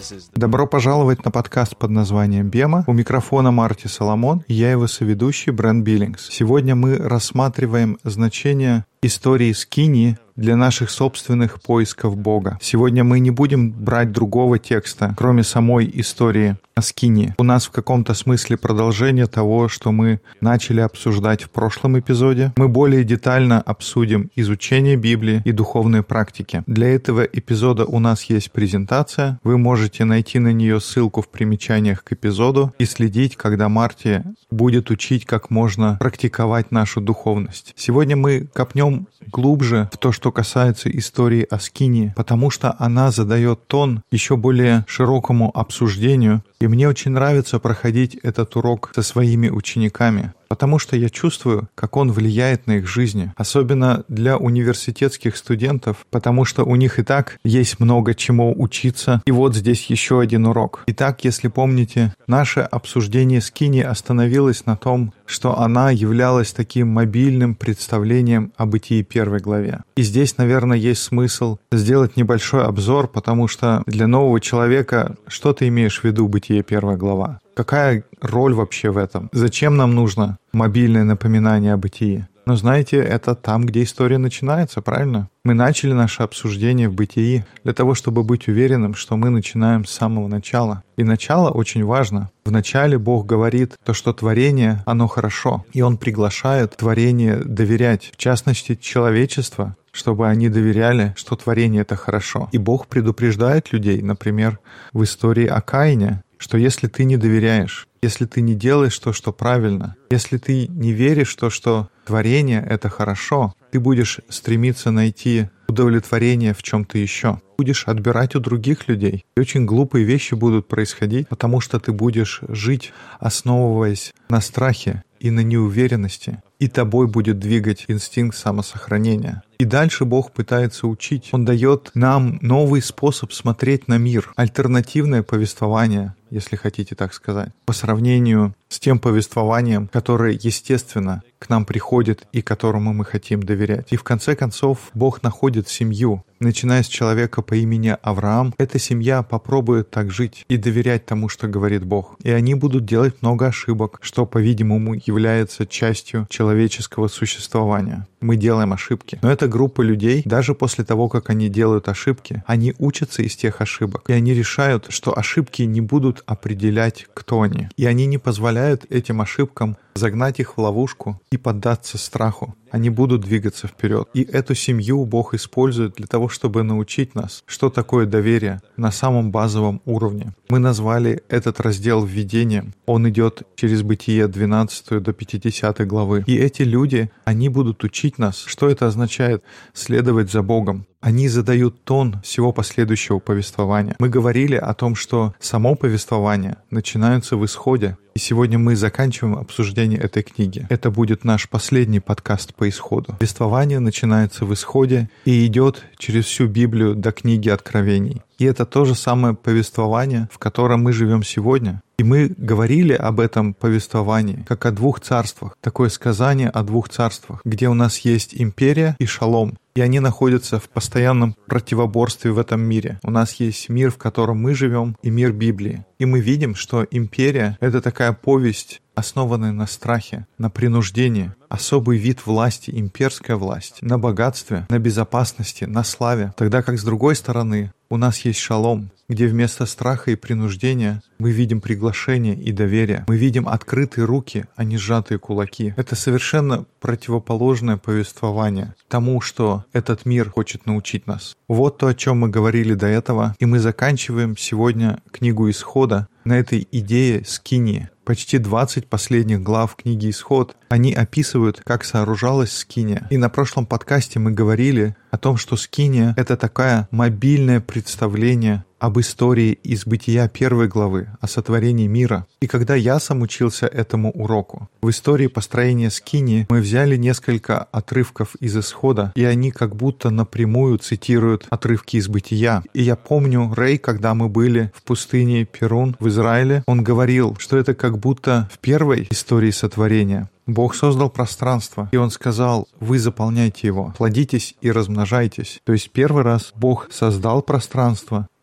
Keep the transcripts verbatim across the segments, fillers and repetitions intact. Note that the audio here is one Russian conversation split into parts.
Добро пожаловать на подкаст под названием «Бема». У микрофона Марти Соломон, и я его соведущий Брент Биллингс. Сегодня мы рассматриваем значение истории Скинии для наших собственных поисков Бога. Сегодня мы не будем брать другого текста, кроме самой истории о Скинии. У нас в каком-то смысле продолжение того, что мы начали обсуждать в прошлом эпизоде. Мы более детально обсудим изучение Библии и духовные практики. Для этого эпизода у нас есть презентация. Вы можете найти на нее ссылку в примечаниях к эпизоду и следить, когда Марти будет учить, как можно практиковать нашу духовность. Сегодня мы копнем глубже в то, что касается истории о Скинии, потому что она задает тон еще более широкому обсуждению. И мне очень нравится проходить этот урок со своими учениками, потому что я чувствую, как он влияет на их жизни, особенно для университетских студентов, потому что у них и так есть много чему учиться. И вот здесь еще один урок. Итак, если помните, наше обсуждение Скинии остановилось на том, что она являлась таким мобильным представлением о бытии первой главе. И здесь, наверное, есть смысл сделать небольшой обзор, потому что для нового человека, что ты имеешь в виду бытие первая глава? Какая роль вообще в этом? Зачем нам нужно мобильное напоминание о бытии? Но знаете, это там, где история начинается, правильно? Мы начали наше обсуждение в бытии для того, чтобы быть уверенным, что мы начинаем с самого начала. И начало очень важно. В начале Бог говорит то, что творение, оно хорошо. И Он приглашает творение доверять, в частности, человечество, чтобы они доверяли, что творение — это хорошо. И Бог предупреждает людей, например, в истории о Каине, что если ты не доверяешь, если ты не делаешь то, что правильно, если ты не веришь в то, что творение — это хорошо, ты будешь стремиться найти удовлетворение в чем-то еще. Будешь отбирать у других людей. И очень глупые вещи будут происходить, потому что ты будешь жить, основываясь на страхе и на неуверенности. И тобой будет двигать инстинкт самосохранения. И дальше Бог пытается учить. Он дает нам новый способ смотреть на мир, альтернативное повествование, если хотите так сказать, по сравнению с тем повествованием, которое, естественно, к нам приходит и которому мы хотим доверять. И в конце концов Бог находит семью. Начиная с человека по имени Авраам, эта семья попробует так жить и доверять тому, что говорит Бог. И они будут делать много ошибок, что, по-видимому, является частью человеческого существования. Мы делаем ошибки. Но эта группа людей, даже после того, как они делают ошибки, они учатся из тех ошибок. И они решают, что ошибки не будут определять, кто они. И они не позволяют этим ошибкам загнать их в ловушку и поддаться страху. Они будут двигаться вперед. И эту семью Бог использует для того, чтобы научить нас, что такое доверие на самом базовом уровне. Мы назвали этот раздел введением. Он идет через Бытие двенадцатую до пятидесятой главы. И эти люди, они будут учить нас, что это означает следовать за Богом. Они задают тон всего последующего повествования. Мы говорили о том, что само повествование начинается в исходе. И сегодня мы заканчиваем обсуждение этой книги. Это будет наш последний подкаст по исходу. Повествование начинается в исходе и идет через всю Библию до книги Откровений. И это то же самое повествование, в котором мы живем сегодня. И мы говорили об этом повествовании как о двух царствах. Такое сказание о двух царствах, где у нас есть империя и шалом. И они находятся в постоянном противоборстве в этом мире. У нас есть мир, в котором мы живем, и мир Библии. И мы видим, что империя — это такая повесть, основанная на страхе, на принуждении, особый вид власти, имперская власть, на богатстве, на безопасности, на славе. Тогда как с другой стороны у нас есть шалом, где вместо страха и принуждения мы видим приглашение и доверие. Мы видим открытые руки, а не сжатые кулаки. Это совершенно противоположное повествование тому, что этот мир хочет научить нас. Вот то, о чем мы говорили до этого, и мы заканчиваем сегодня книгу Исхода на этой идее Скинии. Почти двадцать последних глав книги «Исход», они описывают, как сооружалась Скиния. И на прошлом подкасте мы говорили о том, что Скиния — это такое мобильное представление об истории из Бытия первой главы, о сотворении мира. И когда я сам учился этому уроку, в истории построения Скинии мы взяли несколько отрывков из Исхода, и они как будто напрямую цитируют отрывки из Бытия. И я помню, Рэй, когда мы были в пустыне Перун в Израиле, он говорил, что это как будто в первой истории сотворения Бог создал пространство, и Он сказал: вы заполняйте его, плодитесь и размножайтесь. То есть первый раз Бог создал пространство,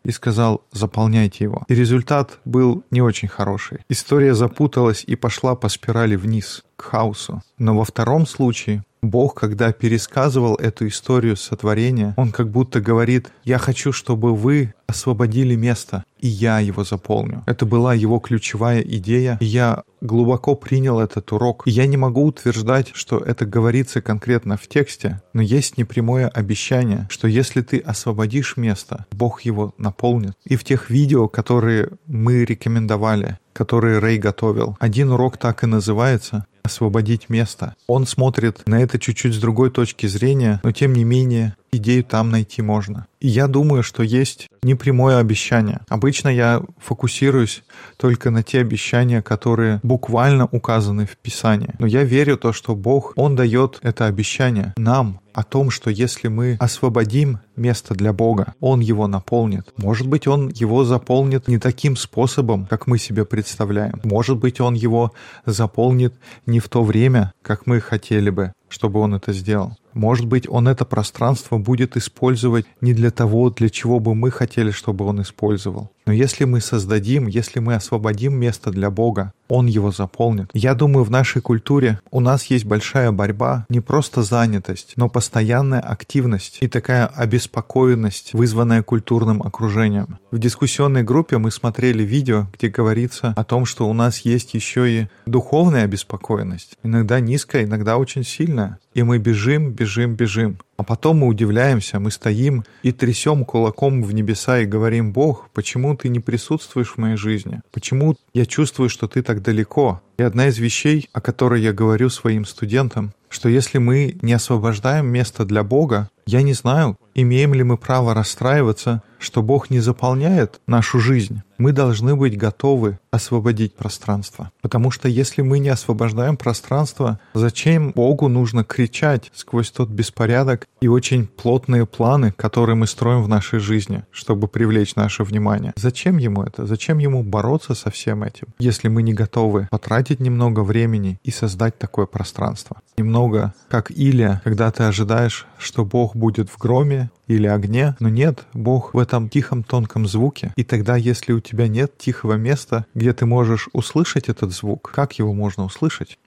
и сказал: заполняйте его. И результат был не очень хороший. История запуталась и пошла по спирали вниз, к хаосу. Но во втором случае Бог, когда пересказывал эту историю сотворения, Он как будто говорит: «Я хочу, чтобы вы освободили место, и я его заполню». Это была Его ключевая идея, и я глубоко принял этот урок. И я не могу утверждать, что это говорится конкретно в тексте, но есть непрямое обещание, что если ты освободишь место, Бог его наполнит. И в тех видео, которые мы рекомендовали, которые Рэй готовил, один урок так и называется — «Освободить место». Он смотрит на это чуть-чуть с другой точки зрения, но тем не менее идею там найти можно. И я думаю, что есть непрямое обещание. Обычно я фокусируюсь только на те обещания, которые буквально указаны в Писании. Но я верю в то, что Бог, Он дает это обещание нам о том, что если мы освободим место для Бога, Он его наполнит. Может быть, Он его заполнит не таким способом, как мы себе представляем. Может быть, Он его заполнит не в то время, как мы хотели бы, чтобы Он это сделал. Может быть, Он это пространство будет использовать не для того, для чего бы мы хотели, чтобы Он использовал. Но если мы создадим, если мы освободим место для Бога, Он его заполнит. Я думаю, в нашей культуре у нас есть большая борьба, не просто занятость, но постоянная активность и такая обеспокоенность, вызванная культурным окружением. В дискуссионной группе мы смотрели видео, где говорится о том, что у нас есть еще и духовная обеспокоенность. Иногда низкая, иногда очень сильная. И мы бежим, бежим, бежим. А потом мы удивляемся, мы стоим и трясем кулаком в небеса и говорим: «Бог, почему Ты не присутствуешь в моей жизни? Почему я чувствую, что Ты так далеко?» И одна из вещей, о которой я говорю своим студентам, что если мы не освобождаем место для Бога, я не знаю, имеем ли мы право расстраиваться, что Бог не заполняет нашу жизнь. Мы должны быть готовы освободить пространство. Потому что если мы не освобождаем пространство, зачем Богу нужно кричать сквозь тот беспорядок и очень плотные планы, которые мы строим в нашей жизни, чтобы привлечь наше внимание? Зачем Ему это? Зачем Ему бороться со всем этим, если мы не готовы потратить немного времени и создать такое пространство? Немного как Илия, когда ты ожидаешь, что Бог будет в громе или огне, но нет, Бог в этом тихом тонком звуке. И тогда, если у тебя нет тихого места, где ты можешь услышать этот звук, как его можно услышать?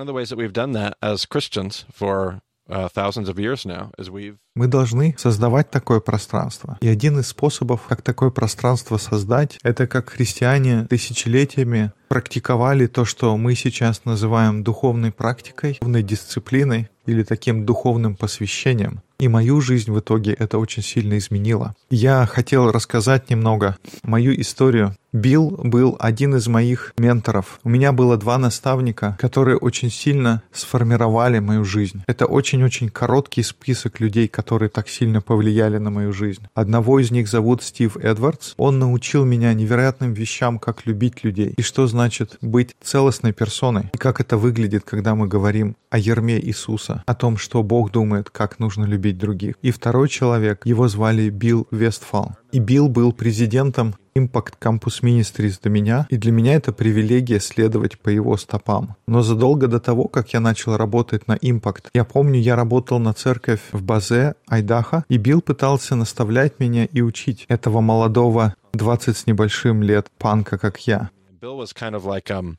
Мы должны создавать такое пространство. И один из способов, как такое пространство создать, это как христиане тысячелетиями практиковали то, что мы сейчас называем духовной практикой, духовной дисциплиной или таким духовным посвящением. И мою жизнь в итоге это очень сильно изменило. Я хотел рассказать немного мою историю. Билл был один из моих менторов. У меня было два наставника, которые очень сильно сформировали мою жизнь. Это очень-очень короткий список людей, которые так сильно повлияли на мою жизнь. Одного из них зовут Стив Эдвардс. Он научил меня невероятным вещам, как любить людей. И что значит быть целостной персоной. И как это выглядит, когда мы говорим о ярме Иисуса. О том, что Бог думает, как нужно любить других. И второй человек, его звали Билл Вестфал. И Билл был президентом Impact Campus Ministries до меня, и для меня это привилегия следовать по его стопам. Но задолго до того, как я начал работать на Impact, я помню, я работал на церковь в Базе, Айдахо, и Билл пытался наставлять меня и учить этого молодого, двадцать с небольшим лет панка, как я. Bill was kind of like, um,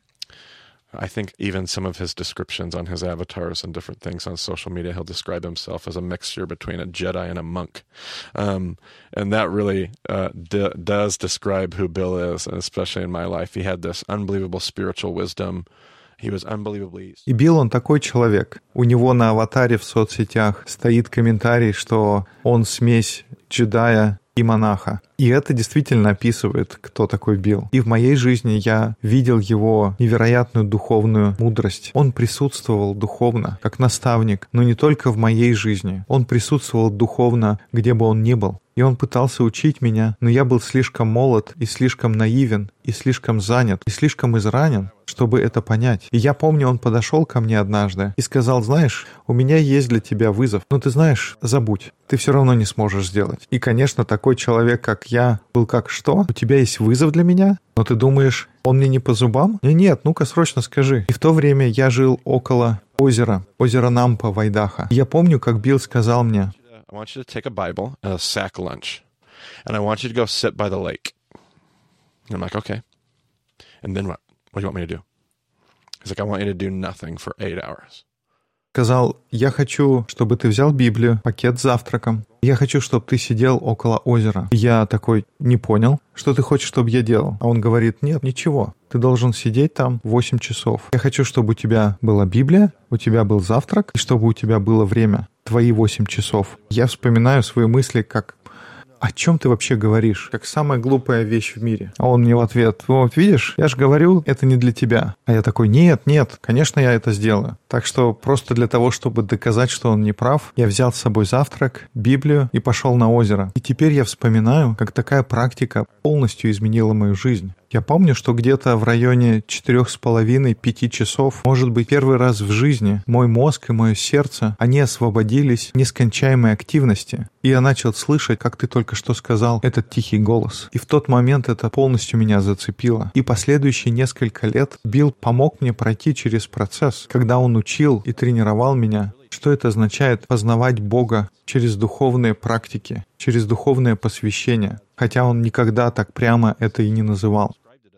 I think even some of his descriptions on his avatars and different things on social media, he'll describe himself as a mixture between a Jedi and a monk. Um, and that really uh, d- does describe who Bill is, and especially in my life. He had this unbelievable spiritual wisdom. He was unbelievably... И Билл, он такой человек. У него на аватаре в соцсетях стоит комментарий, что он смесь джедая и монаха. И это действительно описывает, кто такой Билл. И в моей жизни я видел его невероятную духовную мудрость. Он присутствовал духовно, как наставник, но не только в моей жизни. Он присутствовал духовно, где бы он ни был. И он пытался учить меня, но я был слишком молод и слишком наивен, и слишком занят, и слишком изранен, чтобы это понять. И я помню, он подошел ко мне однажды и сказал: знаешь, у меня есть для тебя вызов, но ты знаешь, забудь, ты все равно не сможешь сделать. И, конечно, такой человек, как я, был как: что? У тебя есть вызов для меня? Но ты думаешь, он мне не по зубам? Нет, нет, ну-ка срочно скажи. И в то время я жил около озера, озера Нампа в Айдахо. И я помню, как Билл сказал мне: I want you to take a Bible and a sack lunch. and I want you to go sit by the lake. And I'm like, okay. And then what? What do you want me to do? He's like, I want you to do nothing for eight hours. Сказал, я хочу, чтобы ты взял Библию, пакет с завтраком. Я хочу, чтобы ты сидел около озера. Я такой, не понял, что ты хочешь, чтобы я делал? А он говорит, нет, ничего. Ты должен сидеть там восемь часов. Я хочу, чтобы у тебя была Библия, у тебя был завтрак, и чтобы у тебя было время. Твои восемь часов. Я вспоминаю свои мысли, как... О чем ты вообще говоришь? Как самая глупая вещь в мире. А он мне в ответ, вот видишь, я же говорю, это не для тебя. А я такой, нет, нет, конечно, я это сделаю. Так что просто для того, чтобы доказать, что он не прав, я взял с собой завтрак, Библию и пошел на озеро. И теперь я вспоминаю, как такая практика полностью изменила мою жизнь. Я помню, что где-то в районе четырех с половиной пяти часов, может быть, первый раз в жизни, мой мозг и мое сердце, они освободились нескончаемой активности. И я начал слышать, как ты только что сказал, этот тихий голос. И в тот момент это полностью меня зацепило. И последующие несколько лет Билл помог мне пройти через процесс, когда он учил и тренировал меня, что это означает познавать Бога через духовные практики, через духовное посвящение, хотя он никогда так прямо это и не называл.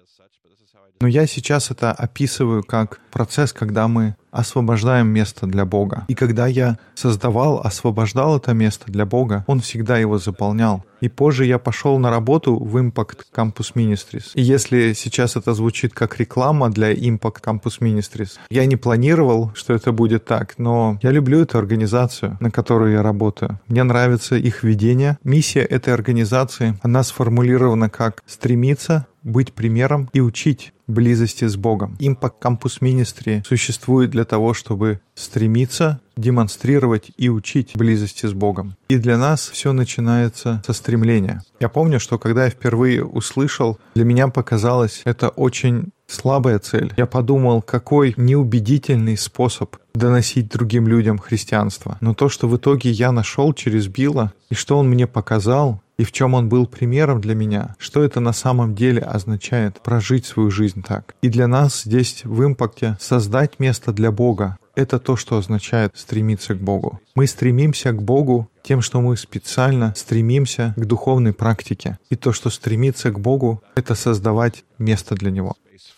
Но я сейчас это описываю как процесс, когда мы освобождаем место для Бога. И когда я создавал, освобождал это место для Бога, Он всегда его заполнял. И позже я пошел на работу в Impact Campus Ministries. И если сейчас это звучит как реклама для Impact Campus Ministries, я не планировал, что это будет так, но я люблю эту организацию, на которую я работаю. Мне нравится их видение. Миссия этой организации, она сформулирована как «стремиться быть примером и учить близости с Богом». Impact Campus Ministry существует для того, чтобы стремиться, демонстрировать и учить близости с Богом. И для нас все начинается со стремления. Я помню, что когда я впервые услышал, для меня показалось это очень слабая цель. Я подумал, какой неубедительный способ доносить другим людям христианство. Но то, что в итоге я нашел через Билла, и что он мне показал, и в чем он был примером для меня, что это на самом деле означает прожить свою жизнь так. И для нас здесь в Импакте создать место для Бога — это то, что означает стремиться к Богу. Мы стремимся к Богу тем, что мы специально стремимся к духовной практике. И то, что стремиться к Богу, это создавать место для Него.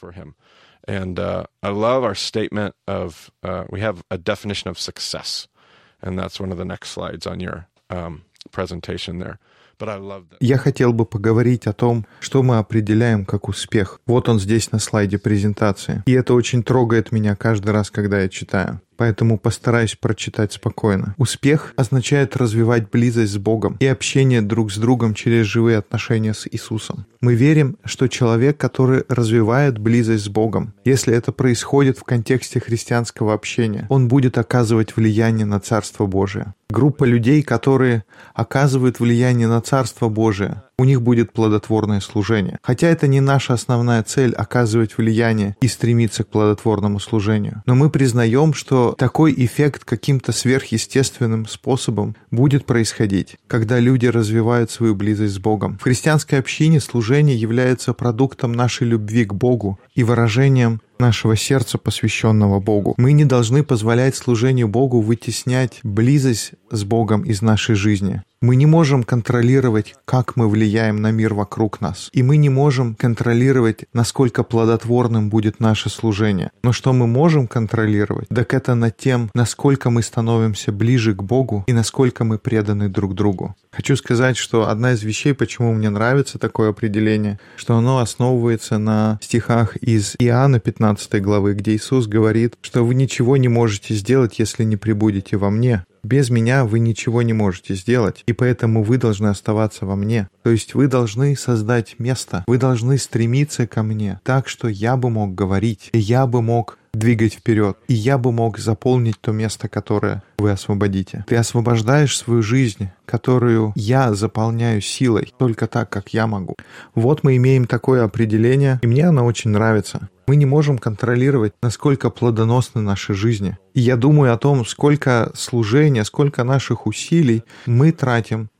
And uh, I love our statement of, uh, we have a definition of success. And that's one of the next slides on your um, presentation there. Я хотел бы поговорить о том, что мы определяем как успех. Вот он здесь на слайде презентации. И это очень трогает меня каждый раз, когда я читаю. Поэтому постараюсь прочитать спокойно. Успех означает развивать близость с Богом и общение друг с другом через живые отношения с Иисусом. Мы верим, что человек, который развивает близость с Богом, если это происходит в контексте христианского общения, он будет оказывать влияние на Царство Божие. Группа людей, которые оказывают влияние на Царство Божие, у них будет плодотворное служение. Хотя это не наша основная цель — оказывать влияние и стремиться к плодотворному служению. Но мы признаем, что такой эффект каким-то сверхъестественным способом будет происходить, когда люди развивают свою близость с Богом. В христианской общине служение является продуктом нашей любви к Богу и выражением нашего сердца, посвященного Богу. Мы не должны позволять служению Богу вытеснять близость с Богом из нашей жизни. Мы не можем контролировать, как мы влияем на мир вокруг нас. И мы не можем контролировать, насколько плодотворным будет наше служение. Но что мы можем контролировать, так это над тем, насколько мы становимся ближе к Богу и насколько мы преданы друг другу. Хочу сказать, что одна из вещей, почему мне нравится такое определение, что оно основывается на стихах из Иоанна пятнадцатой главы, где Иисус говорит, что вы ничего не можете сделать, если не пребудете во мне. Без меня вы ничего не можете сделать, и поэтому вы должны оставаться во мне. То есть вы должны создать место, вы должны стремиться ко мне, так что я бы мог говорить, и я бы мог двигать вперед, и я бы мог заполнить то место, которое вы освободите. Ты освобождаешь свою жизнь, которую я заполняю силой, только так, как я могу. Вот мы имеем такое определение, и мне оно очень нравится. Мы не можем контролировать, насколько плодоносны наши жизни. И я думаю о том, сколько служения, сколько наших усилий мы тратим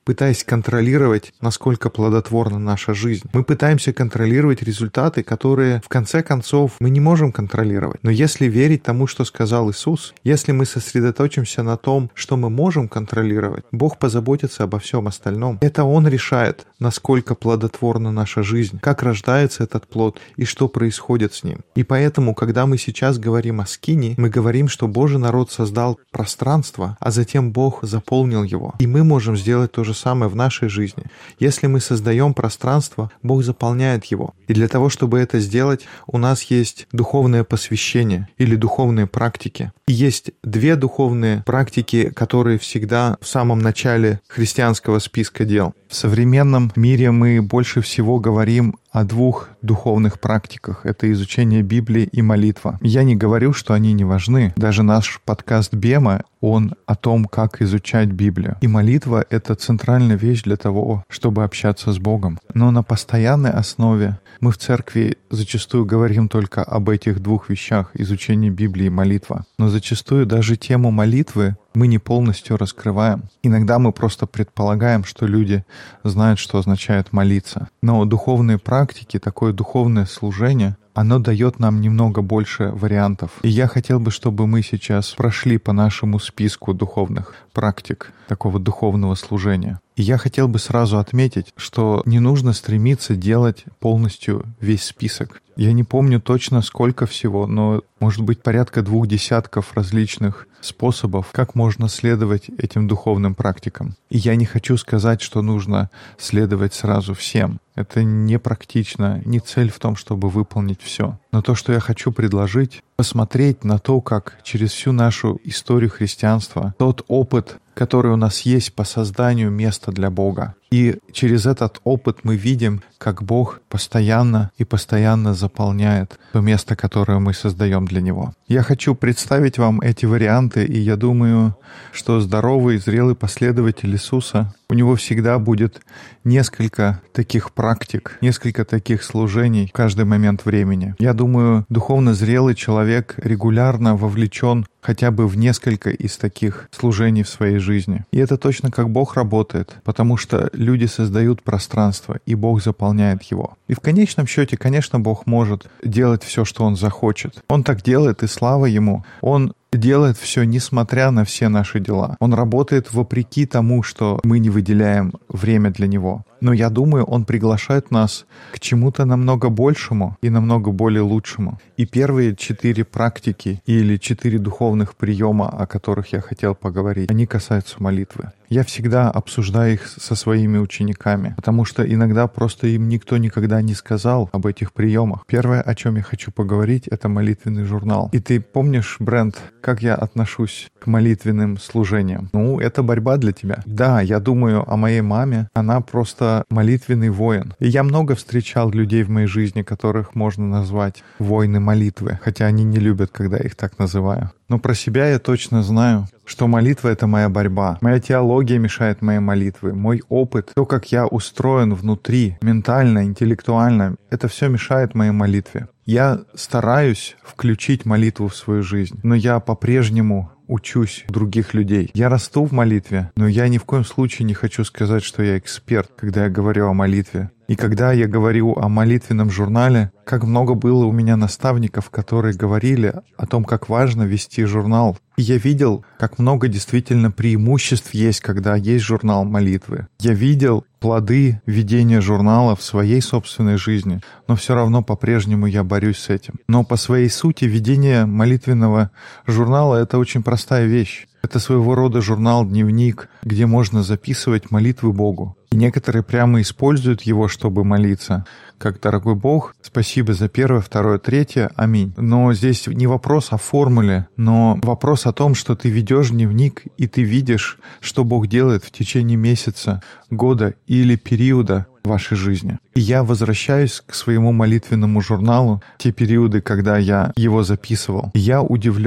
пытаясь контролировать, насколько плодотворна наша жизнь. Мы пытаемся контролировать результаты, которые, в конце концов, мы не можем контролировать. Но если верить тому, что сказал Иисус, если мы сосредоточимся на том, что мы можем контролировать, Бог позаботится обо всем остальном. Это Он решает, насколько плодотворна наша жизнь, как рождается этот плод и что происходит с ним. И поэтому, когда мы сейчас говорим о скинии, мы говорим, что Божий народ создал пространство, а затем Бог заполнил его. И мы можем сделать то же самое в нашей жизни. Если мы создаем пространство, Бог заполняет его. И для того, чтобы это сделать, у нас есть духовное посвящение или духовные практики. И есть две духовные практики, которые всегда в самом начале христианского списка дел. В современном мире мы больше всего говорим о двух духовных практиках. Это изучение Библии и молитва. Я не говорю, что они не важны. Даже наш подкаст Бема, он о том, как изучать Библию. И молитва — это центральная вещь для того, чтобы общаться с Богом. Но на постоянной основе мы в церкви зачастую говорим только об этих двух вещах — изучение Библии и молитва. Но зачастую даже тему молитвы мы не полностью раскрываем. Иногда мы просто предполагаем, что люди знают, что означает молиться. Но духовные практики, такое духовное служение, оно дает нам немного больше вариантов. И я хотел бы, чтобы мы сейчас прошли по нашему списку духовных практик, такого духовного служения. И я хотел бы сразу отметить, что не нужно стремиться делать полностью весь список. Я не помню точно, сколько всего, но, может быть, порядка двух десятков различных способов, как можно следовать этим духовным практикам. И я не хочу сказать, что нужно следовать сразу всем. Это непрактично, не цель в том, чтобы выполнить все. Но то, что я хочу предложить, посмотреть на то, как через всю нашу историю христианства тот опыт, который у нас есть по созданию места для Бога. И через этот опыт мы видим, как Бог постоянно и постоянно заполняет то место, которое мы создаем для Него. Я хочу представить вам эти варианты, и я думаю, что здоровый, зрелый последователь Иисуса, у него всегда будет несколько таких практик, несколько таких служений в каждый момент времени. Я думаю, духовно зрелый человек регулярно вовлечен хотя бы в несколько из таких служений в своей жизни. И это точно как Бог работает, потому что люди создают пространство, и Бог заполняет его. И в конечном счете, конечно, Бог может делать все, что Он захочет. Он так делает, и слава Ему. Он делает все, несмотря на все наши дела. Он работает вопреки тому, что мы не выделяем время для Него. Но я думаю, Он приглашает нас к чему-то намного большему и намного более лучшему. И первые четыре практики или четыре духовных приема, о которых я хотел поговорить, они касаются молитвы. Я всегда обсуждаю их со своими учениками, потому что иногда просто им никто никогда не сказал об этих приемах. Первое, о чем я хочу поговорить, это молитвенный журнал. И ты помнишь, Брент, как я отношусь к молитвенным служениям? Ну, это борьба для тебя. Да, я думаю о моей маме. Она просто молитвенный воин. И я много встречал людей в моей жизни, которых можно назвать воины молитвы, хотя они не любят, когда я их так называю. Но про себя я точно знаю, что молитва — это моя борьба. Моя теология мешает моей молитве. Мой опыт, то, как я устроен внутри, ментально, интеллектуально, это все мешает моей молитве. Я стараюсь включить молитву в свою жизнь, но я по-прежнему учусь у других людей. Я расту в молитве, но я ни в коем случае не хочу сказать, что я эксперт, когда я говорю о молитве. И когда я говорю о молитвенном журнале, как много было у меня наставников, которые говорили о том, как важно вести журнал. И я видел, как много действительно преимуществ есть, когда есть журнал молитвы. Я видел плоды ведения журнала в своей собственной жизни, но все равно по-прежнему я борюсь с этим. Но по своей сути ведение молитвенного журнала — это очень простая вещь. Это своего рода журнал-дневник, где можно записывать молитвы Богу. И некоторые прямо используют его, чтобы молиться. Как: «Дорогой Бог, спасибо за первое, второе, третье, аминь». Но здесь не вопрос о формуле, но вопрос о том, что ты ведешь дневник, и ты видишь, что Бог делает в течение месяца, года или периода в вашей жизни. И я возвращаюсь к своему молитвенному журналу, те периоды, когда я его записывал. И я удивлен,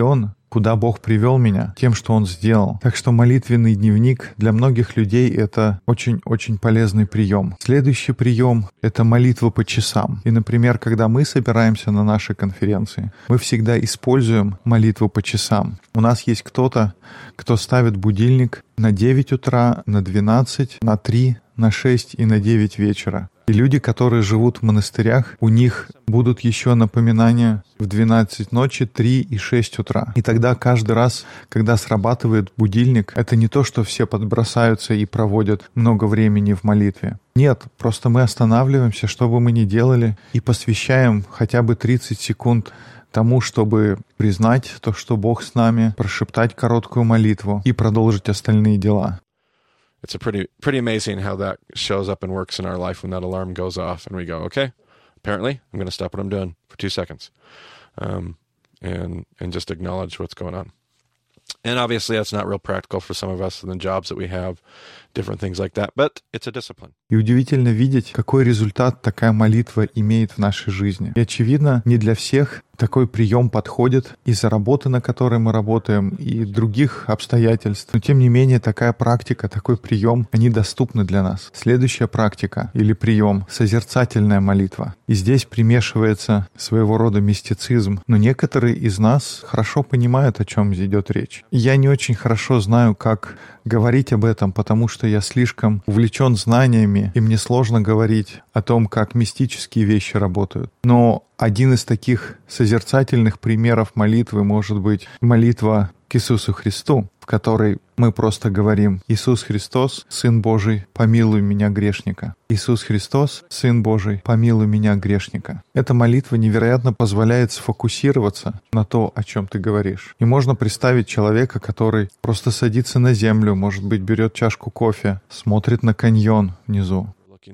куда Бог привел меня, тем, что Он сделал. Так что молитвенный дневник для многих людей — это очень-очень полезный прием. Следующий прием — это молитва по часам. И, например, когда мы собираемся на наши конференции, мы всегда используем молитву по часам. У нас есть кто-то, кто ставит будильник на девять утра, на двенадцать, на три, на шесть и на девять вечера. И люди, которые живут в монастырях, у них будут еще напоминания в двенадцать ночи, три и шесть утра. И тогда каждый раз, когда срабатывает будильник, это не то, что все подбросаются и проводят много времени в молитве. Нет, просто мы останавливаемся, что бы мы ни делали, и посвящаем хотя бы тридцать секунд тому, чтобы признать то, что Бог с нами, прошептать короткую молитву и продолжить остальные дела. It's a pretty pretty amazing how that shows up and works in our life when that alarm goes off and we go, okay, apparently I'm going to stop what I'm doing for two seconds um, and and just acknowledge what's going on. And obviously that's not real practical for some of us in the jobs that we have, different things like that, but it's a discipline. И удивительно видеть, какой результат такая молитва имеет в нашей жизни. И очевидно, не для всех такой прием подходит из-за работы, на которой мы работаем, и других обстоятельств. Но тем не менее, такая практика, такой прием, они доступны для нас. Следующая практика или прием — созерцательная молитва. И здесь примешивается своего рода мистицизм. Но некоторые из нас хорошо понимают, о чем идет речь. И я не очень хорошо знаю, как говорить об этом, потому что я слишком увлечен знаниями, и мне сложно говорить о том, как мистические вещи работают. Но один из таких созерцательных примеров молитвы может быть молитва к Иисусу Христу, в которой мы просто говорим: «Иисус Христос, Сын Божий, помилуй меня, грешника». «Иисус Христос, Сын Божий, помилуй меня, грешника». Эта молитва невероятно позволяет сфокусироваться на то, о чем ты говоришь. И можно представить человека, который просто садится на землю, может быть, берет чашку кофе, смотрит на каньон внизу.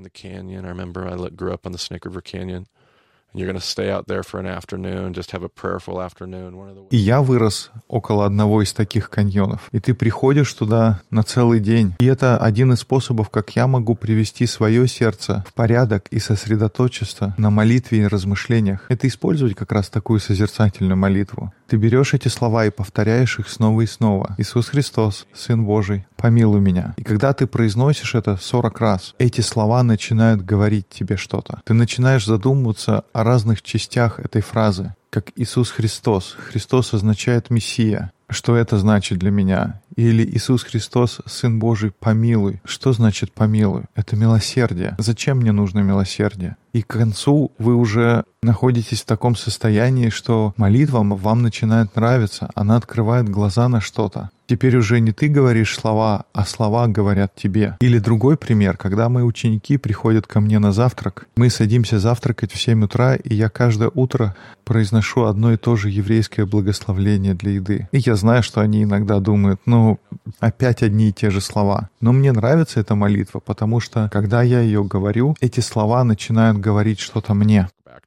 И я вырос около одного из таких каньонов. И ты приходишь туда на целый день. И это один из способов, как я могу привести свое сердце в порядок и сосредоточиться на молитве и размышлениях. Это использовать как раз такую созерцательную молитву. Ты берешь эти слова и повторяешь их снова и снова. «Иисус Христос, Сын Божий, помилуй меня». И когда ты произносишь это сорок раз, эти слова начинают говорить тебе что-то. Ты начинаешь задумываться о разных частях этой фразы, как Иисус Христос. Христос означает Мессия. Что это значит для меня? Или Иисус Христос, Сын Божий, помилуй. Что значит помилуй? Это милосердие. Зачем мне нужно милосердие? И к концу вы уже находитесь в таком состоянии, что молитва вам начинает нравиться. Она открывает глаза на что-то. Теперь уже не ты говоришь слова, а слова говорят тебе. Или другой пример, когда мои ученики приходят ко мне на завтрак, мы садимся завтракать в семь утра, и я каждое утро произношу одно и то же еврейское благословление для еды. И я знаю, что они иногда думают, ну, опять одни и те же слова. Но мне нравится эта молитва, потому что, когда я ее говорю, эти слова начинают говорить что-то мне.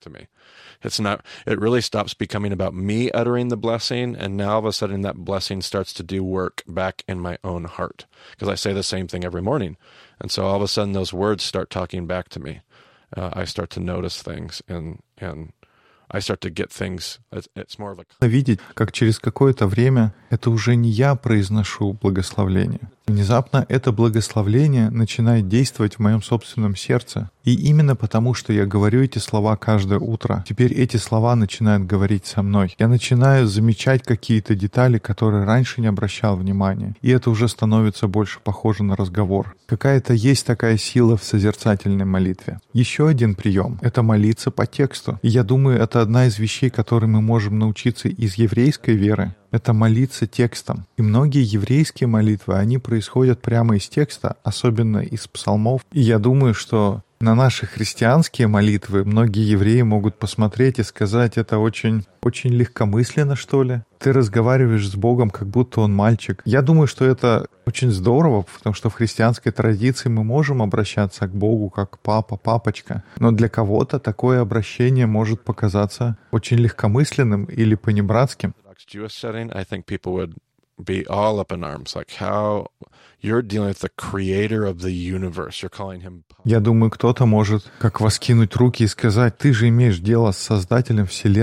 It's not, it really stops becoming about me uttering the blessing, and now all of a sudden that blessing starts to do work back in my own heart. Because I say the same thing every morning. And so all of a sudden those words start talking back to me. Uh, I start to notice things, and, and I start to get things. It's, it's more of a... Видеть, как через какое-то время это уже не я произношу благословление. Внезапно это благословление начинает действовать в моем собственном сердце. И именно потому, что я говорю эти слова каждое утро, теперь эти слова начинают говорить со мной. Я начинаю замечать какие-то детали, которые раньше не обращал внимания. И это уже становится больше похоже на разговор. Какая-то есть такая сила в созерцательной молитве. Еще один прием — это молиться по тексту. И я думаю, это одна из вещей, которые мы можем научиться из еврейской веры. Это молиться текстом. И многие еврейские молитвы, они происходят прямо из текста, особенно из псалмов. И я думаю, что на наши христианские молитвы многие евреи могут посмотреть и сказать, это очень, очень легкомысленно, что ли. Ты разговариваешь с Богом, как будто Он мальчик. Я думаю, что это очень здорово, потому что в христианской традиции мы можем обращаться к Богу как папа, папочка. Но для кого-то такое обращение может показаться очень легкомысленным или понебратским. Jewish setting, I think people would be all up in arms, like how you're dealing with the creator of the universe. You're calling him... Я думаю, кто-то может как воскинуть руки и сказать, ты же имеешь дело с Создателем Вселенной.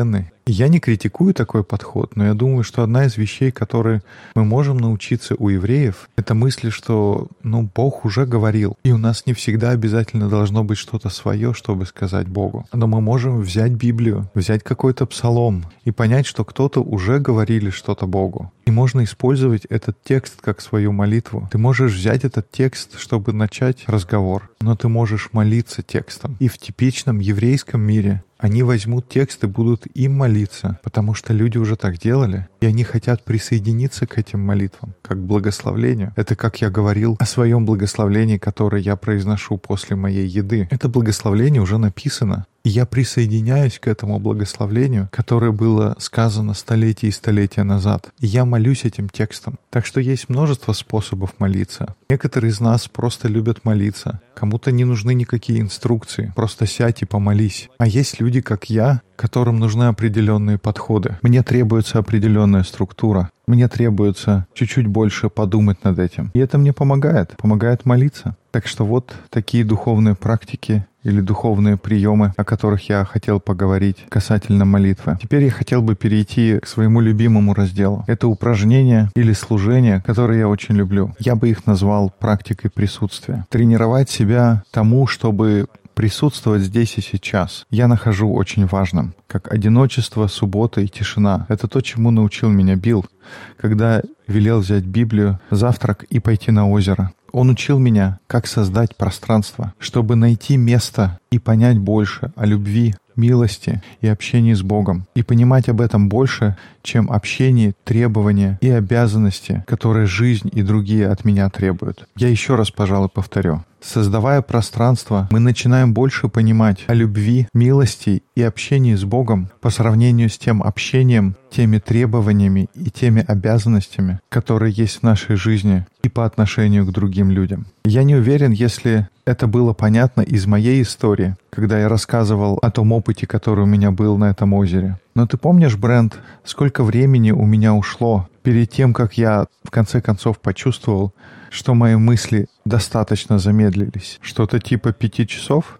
Я не критикую такой подход, но я думаю, что одна из вещей, которые мы можем научиться у евреев, это мысли, что, ну, Бог уже говорил, и у нас не всегда обязательно должно быть что-то свое, чтобы сказать Богу. Но мы можем взять Библию, взять какой-то псалом и понять, что кто-то уже говорили что-то Богу. И можно использовать этот текст как свою молитву. Ты можешь взять этот текст, чтобы начать разговор, но ты можешь молиться текстом. И в типичном еврейском мире они возьмут текст и будут им молиться, потому что люди уже так делали, и они хотят присоединиться к этим молитвам, как к благословлению. Это как я говорил о своем благословлении, которое я произношу после моей еды. Это благословление уже написано. И я присоединяюсь к этому благословлению, которое было сказано столетия и столетия назад. И я молюсь этим текстом. Так что есть множество способов молиться. Некоторые из нас просто любят молиться. Кому-то не нужны никакие инструкции. Просто сядь и помолись. А есть люди, как я, которым нужны определенные подходы. Мне требуется определенная структура. Мне требуется чуть-чуть больше подумать над этим. И это мне помогает. Помогает молиться. Так что вот такие духовные практики или духовные приемы, о которых я хотел поговорить касательно молитвы. Теперь я хотел бы перейти к своему любимому разделу. Это упражнения или служения, которые я очень люблю. Я бы их назвал практикой присутствия. Тренировать себя тому, чтобы присутствовать здесь и сейчас, я нахожу очень важным. Как одиночество, суббота и тишина. Это то, чему научил меня Билл, когда велел взять Библию, завтрак и пойти на озеро. Он учил меня, как создать пространство, чтобы найти место и понять больше о любви, милости и общении с Богом. И понимать об этом больше, чем общение, требования и обязанности, которые жизнь и другие от меня требуют. Я еще раз, пожалуй, повторю. Создавая пространство, мы начинаем больше понимать о любви, милости и общении с Богом по сравнению с тем общением, теми требованиями и теми обязанностями, которые есть в нашей жизни и по отношению к другим людям. Я не уверен, если это было понятно из моей истории, когда я рассказывал о том опыте, который у меня был на этом озере. Но ты помнишь, Брент, сколько времени у меня ушло перед тем, как я в конце концов почувствовал, что мои мысли достаточно замедлились? Что-то типа пяти часов?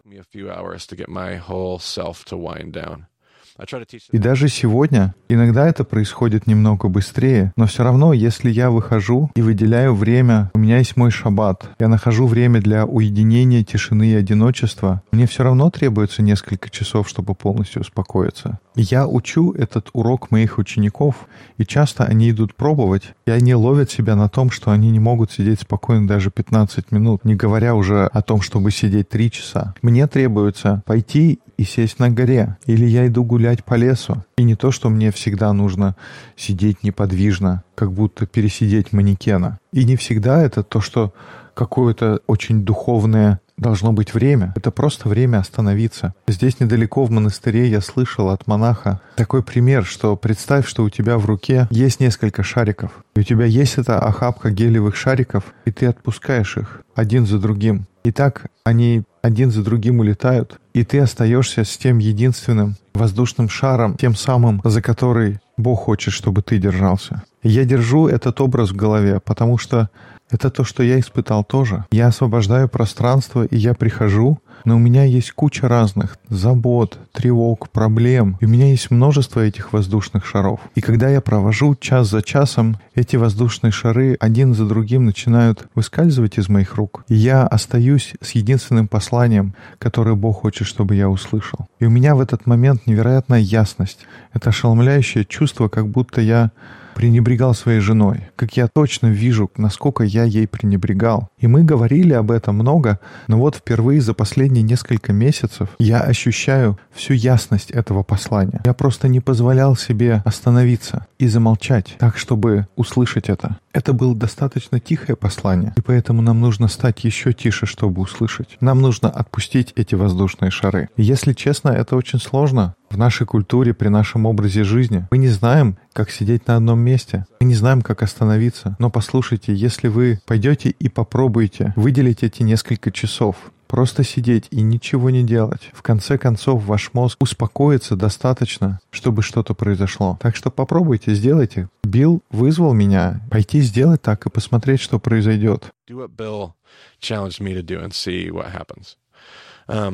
И даже сегодня иногда это происходит немного быстрее, но все равно, если я выхожу и выделяю время, у меня есть мой шаббат, я нахожу время для уединения, тишины и одиночества, мне все равно требуется несколько часов, чтобы полностью успокоиться. Я учу этот урок моих учеников, и часто они идут пробовать, и они ловят себя на том, что они не могут сидеть спокойно даже пятнадцать минут, не говоря уже о том, чтобы сидеть три часа. Мне требуется пойти и сесть на горе, или я иду гулять по лесу. И не то, что мне всегда нужно сидеть неподвижно, как будто пересидеть манекена. И не всегда это то, что какое-то очень духовное должно быть время. Это просто время остановиться. Здесь недалеко в монастыре я слышал от монаха такой пример, что представь, что у тебя в руке есть несколько шариков. И у тебя есть эта охапка гелевых шариков, и ты отпускаешь их один за другим. И так они один за другим улетают, и ты остаешься с тем единственным воздушным шаром, тем самым, за который Бог хочет, чтобы ты держался. И я держу этот образ в голове, потому что это то, что я испытал тоже. Я освобождаю пространство, и я прихожу, но у меня есть куча разных забот, тревог, проблем. И у меня есть множество этих воздушных шаров. И когда я провожу час за часом, эти воздушные шары один за другим начинают выскальзывать из моих рук. И я остаюсь с единственным посланием, которое Бог хочет, чтобы я услышал. И у меня в этот момент невероятная ясность. Это ошеломляющее чувство, как будто я пренебрегал своей женой, как я точно вижу, насколько я ей пренебрегал. И мы говорили об этом много, но вот впервые за последние несколько месяцев я ощущаю всю ясность этого послания. Я просто не позволял себе остановиться и замолчать так, чтобы услышать это. Это было достаточно тихое послание, и поэтому нам нужно стать еще тише, чтобы услышать. Нам нужно отпустить эти воздушные шары. И если честно, это очень сложно. В нашей культуре, при нашем образе жизни, мы не знаем, как сидеть на одном месте. Мы не знаем, как остановиться. Но послушайте, если вы пойдете и попробуете выделить эти несколько часов, просто сидеть и ничего не делать, в конце концов ваш мозг успокоится достаточно, чтобы что-то произошло. Так что попробуйте, сделайте. Билл вызвал меня пойти сделать так и посмотреть, что произойдет. Do what Bill challenged me to do and see what happens. Um,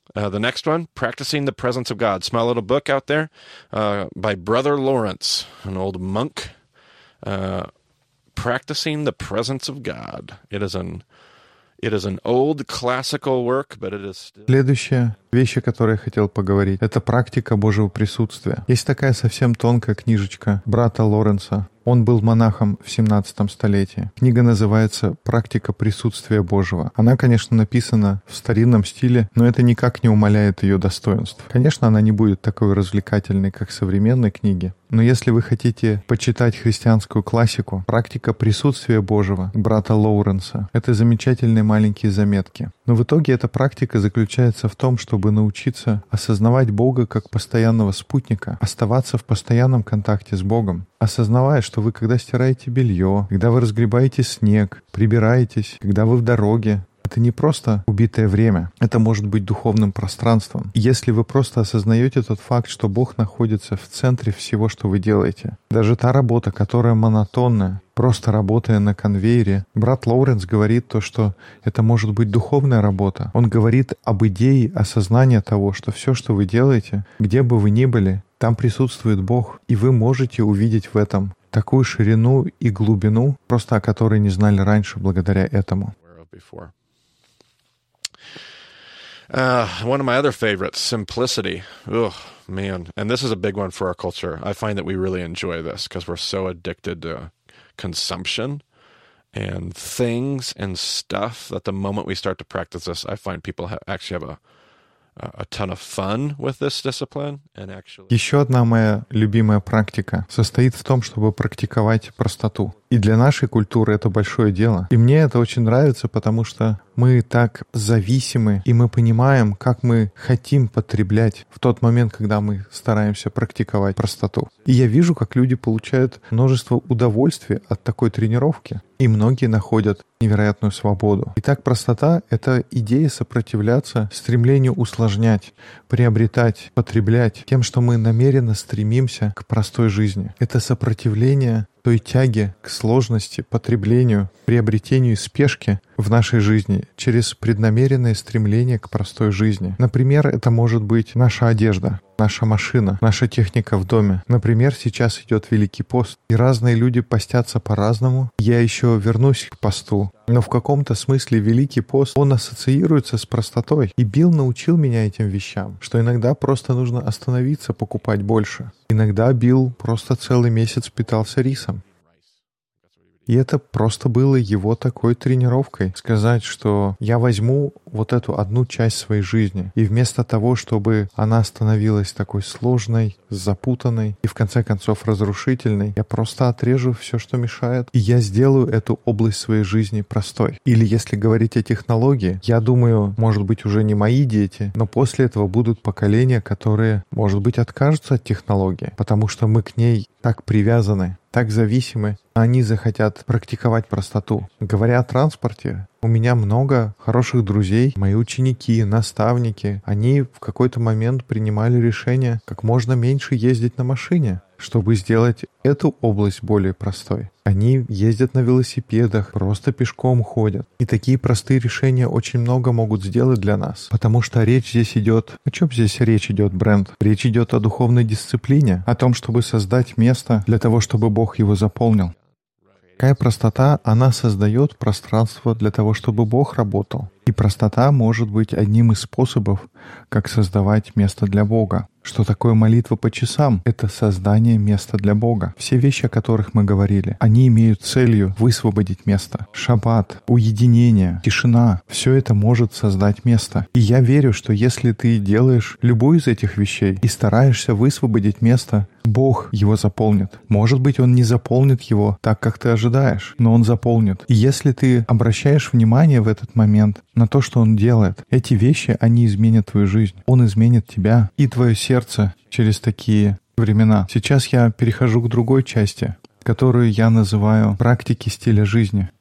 Uh, the next one, Practicing the Presence of God. Small little book out there uh, by Brother Lawrence, an old monk. Uh, Practicing the Presence of God. It is an It is an old classical work, but it is still... Следующая вещь, о которой я хотел поговорить, это практика Божьего присутствия. Есть такая совсем тонкая книжечка брата Лоренса. Он был монахом в семнадцатом столетии. Книга называется «Практика присутствия Божьего». Она, конечно, написана в старинном стиле, но это никак не умаляет ее достоинств. Конечно, она не будет такой развлекательной, как современные книги. Но если вы хотите почитать христианскую классику, «Практика присутствия Божьего» брата Лоуренса — это замечательные маленькие заметки. Но в итоге эта практика заключается в том, чтобы научиться осознавать Бога как постоянного спутника, оставаться в постоянном контакте с Богом, осознавая, что вы, когда стираете белье, когда вы разгребаете снег, прибираетесь, когда вы в дороге, это не просто убитое время, это может быть духовным пространством. И если вы просто осознаете тот факт, что Бог находится в центре всего, что вы делаете, даже та работа, которая монотонная, просто работая на конвейере, брат Лоуренс говорит то, что это может быть духовная работа. Он говорит об идее осознания того, что все, что вы делаете, где бы вы ни были, там присутствует Бог, и вы можете увидеть в этом такую ширину и глубину, просто о которой не знали раньше благодаря этому. Uh, one of my other favorites, simplicity. Oh, man. And this is a big one for our culture. I find that we really enjoy this because we're so addicted to consumption and things and stuff that the moment we start to practice this, I find people ha- actually have a a ton of fun with this discipline and actually... Еще одна моя любимая практика состоит в том, чтобы практиковать простоту. И для нашей культуры это большое дело. И мне это очень нравится, потому что мы так зависимы, и мы понимаем, как мы хотим потреблять в тот момент, когда мы стараемся практиковать простоту. И я вижу, как люди получают множество удовольствия от такой тренировки, и многие находят невероятную свободу. Итак, простота — это идея сопротивляться стремлению усложнять, приобретать, потреблять тем, что мы намеренно стремимся к простой жизни. Это сопротивление той тяге к сложности, потреблению, приобретению и спешке в нашей жизни через преднамеренное стремление к простой жизни. Например, это может быть наша одежда, наша машина, наша техника в доме. Например, сейчас идет Великий пост, и разные люди постятся по-разному. Я еще вернусь к посту. Но в каком-то смысле Великий пост, он ассоциируется с простотой. И Билл научил меня этим вещам, что иногда просто нужно остановиться, покупать больше. Иногда Билл просто целый месяц питался рисом. И это просто было его такой тренировкой. Сказать, что я возьму вот эту одну часть своей жизни, и вместо того, чтобы она становилась такой сложной, запутанной и в конце концов разрушительной, я просто отрежу все, что мешает, и я сделаю эту область своей жизни простой. Или если говорить о технологии, я думаю, может быть, уже не мои дети, но после этого будут поколения, которые, может быть, откажутся от технологии, потому что мы к ней так привязаны, так зависимы, они захотят практиковать простоту. Говоря о транспорте, у меня много хороших друзей, мои ученики, наставники. Они в какой-то момент принимали решение как можно меньше ездить на машине, чтобы сделать эту область более простой. Они ездят на велосипедах, просто пешком ходят. И такие простые решения очень много могут сделать для нас. Потому что речь здесь идет... О чем здесь речь идет, Брент? Речь идет о духовной дисциплине, о том, чтобы создать место для того, чтобы Бог его заполнил. Такая простота, она создает пространство для того, чтобы Бог работал. И простота может быть одним из способов, как создавать место для Бога. Что такое молитва по часам? Это создание места для Бога. Все вещи, о которых мы говорили, они имеют целью высвободить место. Шаббат, уединение, тишина — все это может создать место. И я верю, что если ты делаешь любую из этих вещей и стараешься высвободить место, Бог его заполнит. Может быть, Он не заполнит его так, как ты ожидаешь, но Он заполнит. И если ты обращаешь внимание в этот момент на то, что Он делает, эти вещи, они изменят твою жизнь. Он изменит тебя и твое сердце через такие времена. Сейчас я перехожу к другой части, которую я называю практики стиля жизни.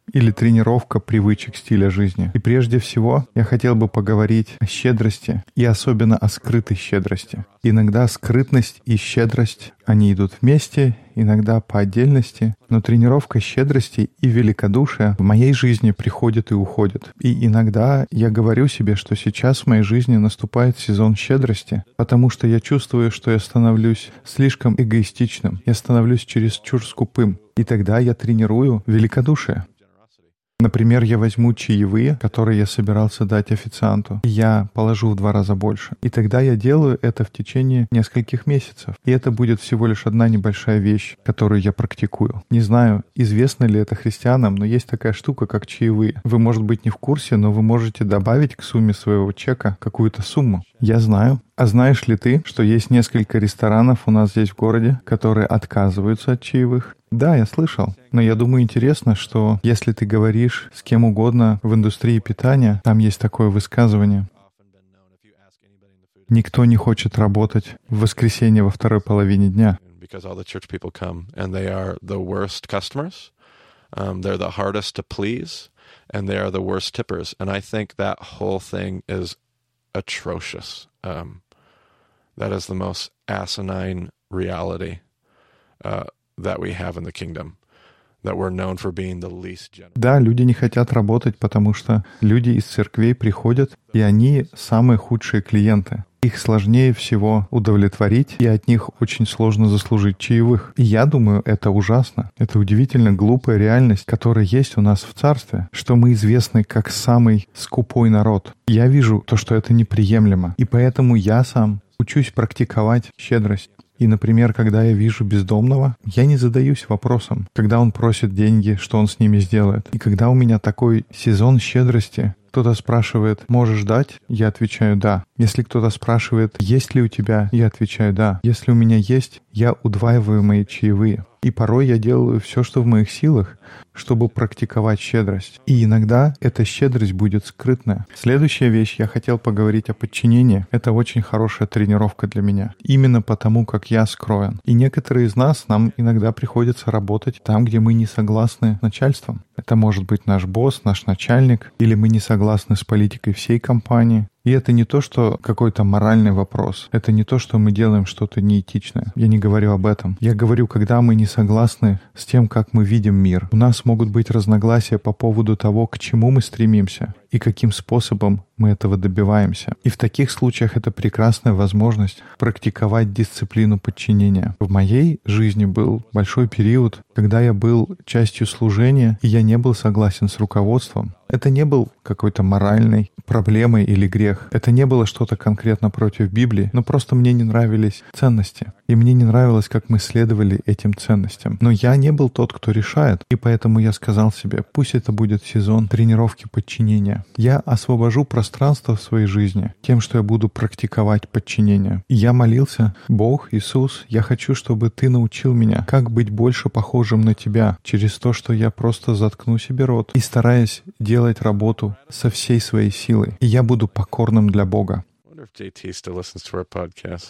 или тренировка привычек стиля жизни. И прежде всего я хотел бы поговорить о щедрости и особенно о скрытой щедрости. Иногда скрытность и щедрость, они идут вместе, иногда по отдельности, но тренировка щедрости и великодушия в моей жизни приходит и уходит. И иногда я говорю себе, что сейчас в моей жизни наступает сезон щедрости, потому что я чувствую, что я становлюсь слишком эгоистичным, я становлюсь чересчур скупым. И тогда я тренирую великодушие. Например, я возьму чаевые, которые я собирался дать официанту, и я положу в два раза больше. И тогда я делаю это в течение нескольких месяцев. И это будет всего лишь одна небольшая вещь, которую я практикую. Не знаю, известно ли это христианам, но есть такая штука, как чаевые. Вы, может быть, не в курсе, но вы можете добавить к сумме своего чека какую-то сумму. Я знаю. А знаешь ли ты, что есть несколько ресторанов у нас здесь в городе, которые отказываются от чаевых? Да, я слышал. Но я думаю, интересно, что если ты говоришь с кем угодно в индустрии питания, там есть такое высказывание. Никто не хочет работать в воскресенье во второй половине дня. Because all the church people come and they are the worst customers, um, they're the hardest to please, and they are the worst tippers. And I think that whole thing is atrocious. Um, that is the most asinine reality uh, that we have in the kingdom, that we're known for being the least generous. Да, люди не хотят работать, потому что люди из церквей приходят, и они самые худшие клиенты. Их сложнее всего удовлетворить, и от них очень сложно заслужить чаевых. И я думаю, это ужасно. Это удивительно глупая реальность, которая есть у нас в царстве, что мы известны как самый скупой народ. Я вижу то, что это неприемлемо, и поэтому я сам учусь практиковать щедрость. И, например, когда я вижу бездомного, я не задаюсь вопросом, когда он просит деньги, что он с ними сделает. И когда у меня такой сезон щедрости, кто-то спрашивает, можешь дать? Я отвечаю «да». Если кто-то спрашивает, есть ли у тебя? Я отвечаю «да». Если у меня есть, я удваиваю мои чаевые. И порой я делаю все, что в моих силах, чтобы практиковать щедрость. И иногда эта щедрость будет скрытная. Следующая вещь, я хотел поговорить о подчинении. Это очень хорошая тренировка для меня. Именно потому, как я скроен. И некоторые из нас, нам иногда приходится работать там, где мы не согласны с начальством. Это может быть наш босс, наш начальник, или мы не согласны с политикой всей компании. И это не то, что какой-то моральный вопрос. Это не то, что мы делаем что-то неэтичное. Я не говорю об этом. Я говорю, когда мы не согласны с тем, как мы видим мир. У нас могут быть разногласия по поводу того, к чему мы стремимся и каким способом мы этого добиваемся. И в таких случаях это прекрасная возможность практиковать дисциплину подчинения. В моей жизни был большой период, когда я был частью служения, и я не был согласен с руководством. Это не был какой-то моральной проблемой или грех. Это не было что-то конкретно против Библии, но просто мне не нравились ценности. И мне не нравилось, как мы следовали этим ценностям. Но я не был тот, кто решает, и поэтому я сказал себе, пусть это будет сезон тренировки подчинения. Я освобожу пространство в своей жизни тем, что я буду практиковать подчинение. И я молился, Бог, Иисус, я хочу, чтобы Ты научил меня, как быть больше похожим на Тебя через то, что я просто заткну себе рот и стараюсь делать работу со всей своей силой. И я буду покорным для Бога. If J T still listens to our podcast.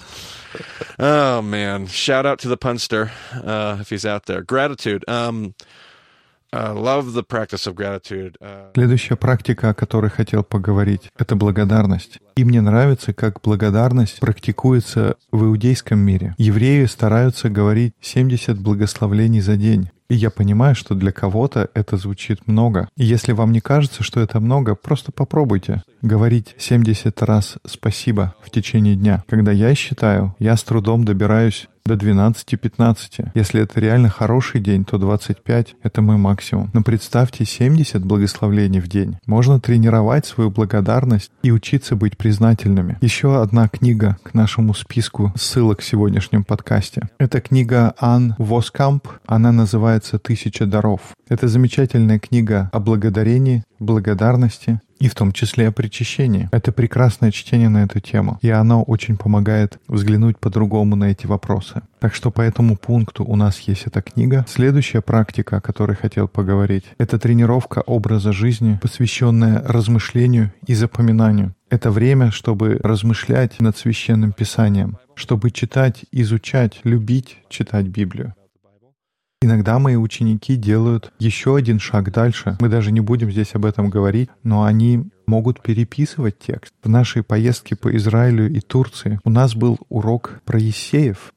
Oh, man. Shout out to the punster, uh, if he's out there. Gratitude. Um, uh, love the practice of gratitude. Uh... Следующая практика, о которой хотел поговорить, это благодарность. И мне нравится, как благодарность практикуется в иудейском мире. Евреи стараются говорить семьдесят благословений за день. И я понимаю, что для кого-то это звучит много. И если вам не кажется, что это много, просто попробуйте говорить семьдесят раз «спасибо» в течение дня. Когда я считаю, я с трудом добираюсь до двенадцати-пятнадцати. Если это реально хороший день, то двадцать пять — это мой максимум. Но представьте семьдесят благословений в день. Можно тренировать свою благодарность и учиться быть признательными. Еще одна книга к нашему списку ссылок в сегодняшнем подкасте. Это книга Ан Воскамп. Она называется «Тысяча даров». Это замечательная книга о благодарении, благодарности и в том числе о причащении. Это прекрасное чтение на эту тему, и оно очень помогает взглянуть по-другому на эти вопросы. Так что по этому пункту у нас есть эта книга. Следующая практика, о которой хотел поговорить, это тренировка образа жизни, посвященная размышлению и запоминанию. Это время, чтобы размышлять над Священным Писанием, чтобы читать, изучать, любить читать Библию. Иногда мои ученики делают еще один шаг дальше. Мы даже не будем здесь об этом говорить, но они могут переписывать текст. В нашей поездке по Израилю и Турции у нас был урок про Иессеев.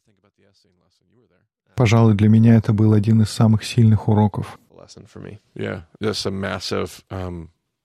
Пожалуй, для меня это был один из самых сильных уроков. Yeah, just a massive, um...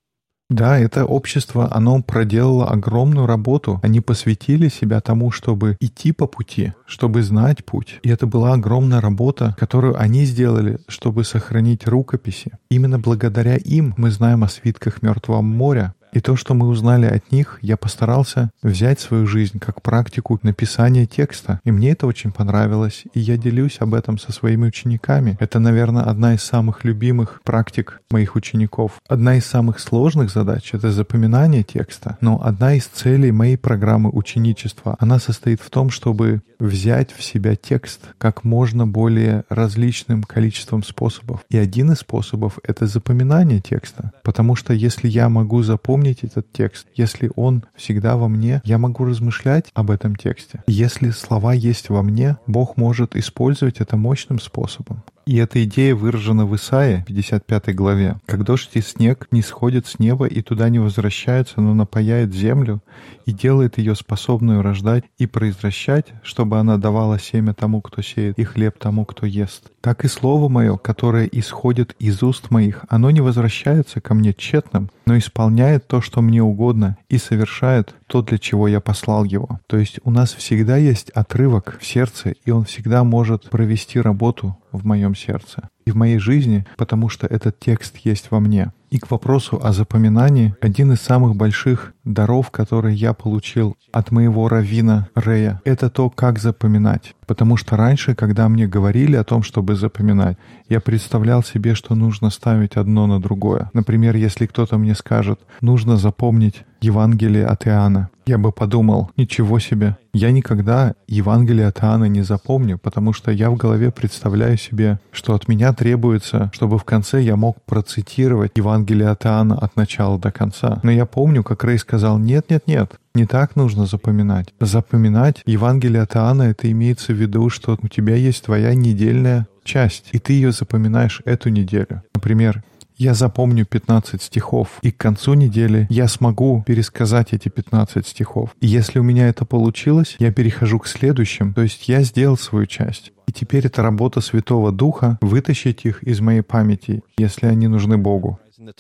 Да, это общество, оно проделало огромную работу. Они посвятили себя тому, чтобы идти по пути, чтобы знать путь. И это была огромная работа, которую они сделали, чтобы сохранить рукописи. Именно благодаря им мы знаем о свитках Мертвого моря. И то, что мы узнали от них, я постарался взять в свою жизнь как практику написания текста. И мне это очень понравилось, и я делюсь об этом со своими учениками. Это, наверное, одна из самых любимых практик моих учеников. Одна из самых сложных задач — это запоминание текста. Но одна из целей моей программы ученичества, она состоит в том, чтобы взять в себя текст как можно более различным количеством способов. И один из способов — это запоминание текста. Потому что если я могу запомнить этот текст, если он всегда во мне, я могу размышлять об этом тексте. Если слова есть во мне, Бог может использовать это мощным способом. И эта идея выражена в Исаии, пятьдесят пятой главе. «Как дождь и снег не сходят с неба и туда не возвращаются, но напояет землю и делает ее способную рождать и произвращать, чтобы она давала семя тому, кто сеет, и хлеб тому, кто ест. Так и слово мое, которое исходит из уст моих, оно не возвращается ко мне тщетным, но исполняет то, что мне угодно, и совершает то, для чего я послал его». То есть у нас всегда есть отрывок в сердце, и он всегда может провести работу в моем сердце и в моей жизни, потому что этот текст есть во мне. И к вопросу о запоминании, один из самых больших даров, которые я получил от моего раввина Рея, это то, как запоминать. Потому что раньше, когда мне говорили о том, чтобы запоминать, я представлял себе, что нужно ставить одно на другое. Например, если кто-то мне скажет, нужно запомнить Евангелие от Иоанна, я бы подумал, ничего себе, я никогда Евангелие от Иоанна не запомню, потому что я в голове представляю себе, что от меня требуется, чтобы в конце я мог процитировать Евангелие от Иоанна от начала до конца. Но я помню, как Рэй сказал, нет-нет-нет, не так нужно запоминать. Запоминать Евангелие от Иоанна, это имеется в виду, что у тебя есть твоя недельная часть, и ты ее запоминаешь эту неделю. Например, я запомню пятнадцать стихов, и к концу недели я смогу пересказать эти пятнадцать стихов. И если у меня это получилось, я перехожу к следующим, то есть я сделал свою часть. И теперь это работа Святого Духа — вытащить их из моей памяти, если они нужны Богу.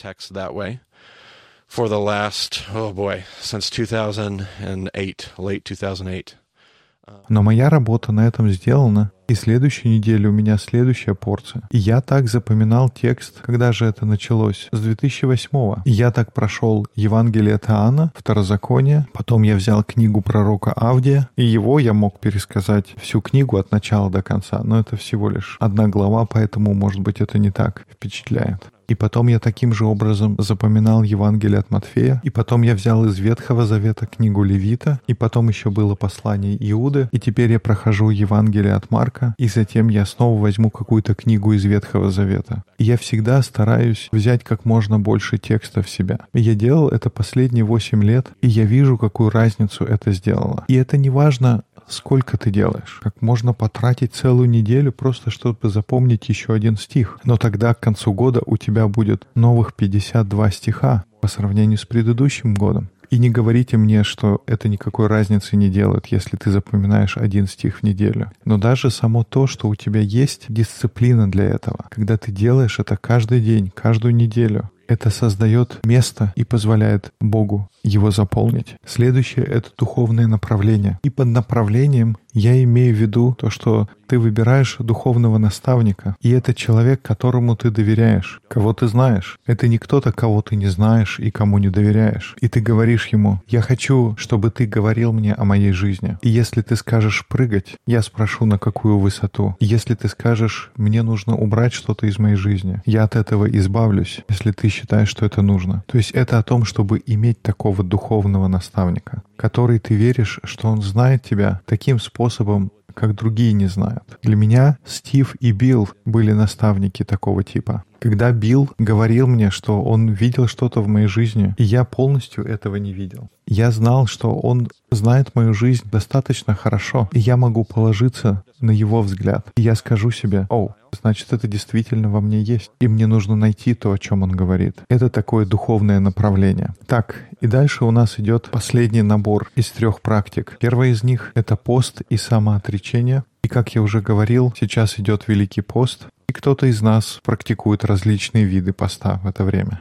For the last, oh boy, since two thousand eight, late two thousand eight. Но моя работа на этом сделана, и следующую неделю у меня следующая порция. И я так запоминал текст, когда же это началось? С две тысячи восьмого. И я так прошел Евангелие от Иоанна, Второзаконие, потом я взял книгу пророка Авдия, и его я мог пересказать всю книгу от начала до конца, но это всего лишь одна глава, поэтому, может быть, это не так впечатляет. И потом я таким же образом запоминал Евангелие от Матфея, и потом я взял из Ветхого Завета книгу Левита, и потом еще было послание Иуды, и теперь я прохожу Евангелие от Марка, и затем я снова возьму какую-то книгу из Ветхого Завета. И я всегда стараюсь взять как можно больше текста в себя. И я делал это последние восемь лет, и я вижу, какую разницу это сделало. И это не важно, сколько ты делаешь. Как можно потратить целую неделю просто, чтобы запомнить еще один стих. Но тогда к концу года у тебя будет новых пятьдесят два стиха по сравнению с предыдущим годом. И не говорите мне, что это никакой разницы не делает, если ты запоминаешь один стих в неделю. Но даже само то, что у тебя есть дисциплина для этого, когда ты делаешь это каждый день, каждую неделю, это создает место и позволяет Богу его заполнить. Следующее — это духовное направление. И под направлением я имею в виду то, что ты выбираешь духовного наставника, и это человек, которому ты доверяешь, кого ты знаешь. Это не кто-то, кого ты не знаешь и кому не доверяешь. И ты говоришь ему: «Я хочу, чтобы ты говорил мне о моей жизни». И если ты скажешь прыгать, я спрошу, на какую высоту. И если ты скажешь: «Мне нужно убрать что-то из моей жизни», я от этого избавлюсь, если ты считаешь, что это нужно. То есть это о том, чтобы иметь такого духовного наставника, который ты веришь, что он знает тебя таким способом, как другие не знают. Для меня Стив и Билл были наставники такого типа. Когда Билл говорил мне, что он видел что-то в моей жизни, и я полностью этого не видел. Я знал, что он знает мою жизнь достаточно хорошо, и я могу положиться на его взгляд. И я скажу себе: «О, значит, это действительно во мне есть, и мне нужно найти то, о чем он говорит». Это такое духовное направление. Так, и дальше у нас идет последний набор из трех практик. Первая из них — это пост и самоотречение. И, как я уже говорил, сейчас идет Великий пост, и кто-то из нас практикует различные виды поста в это время.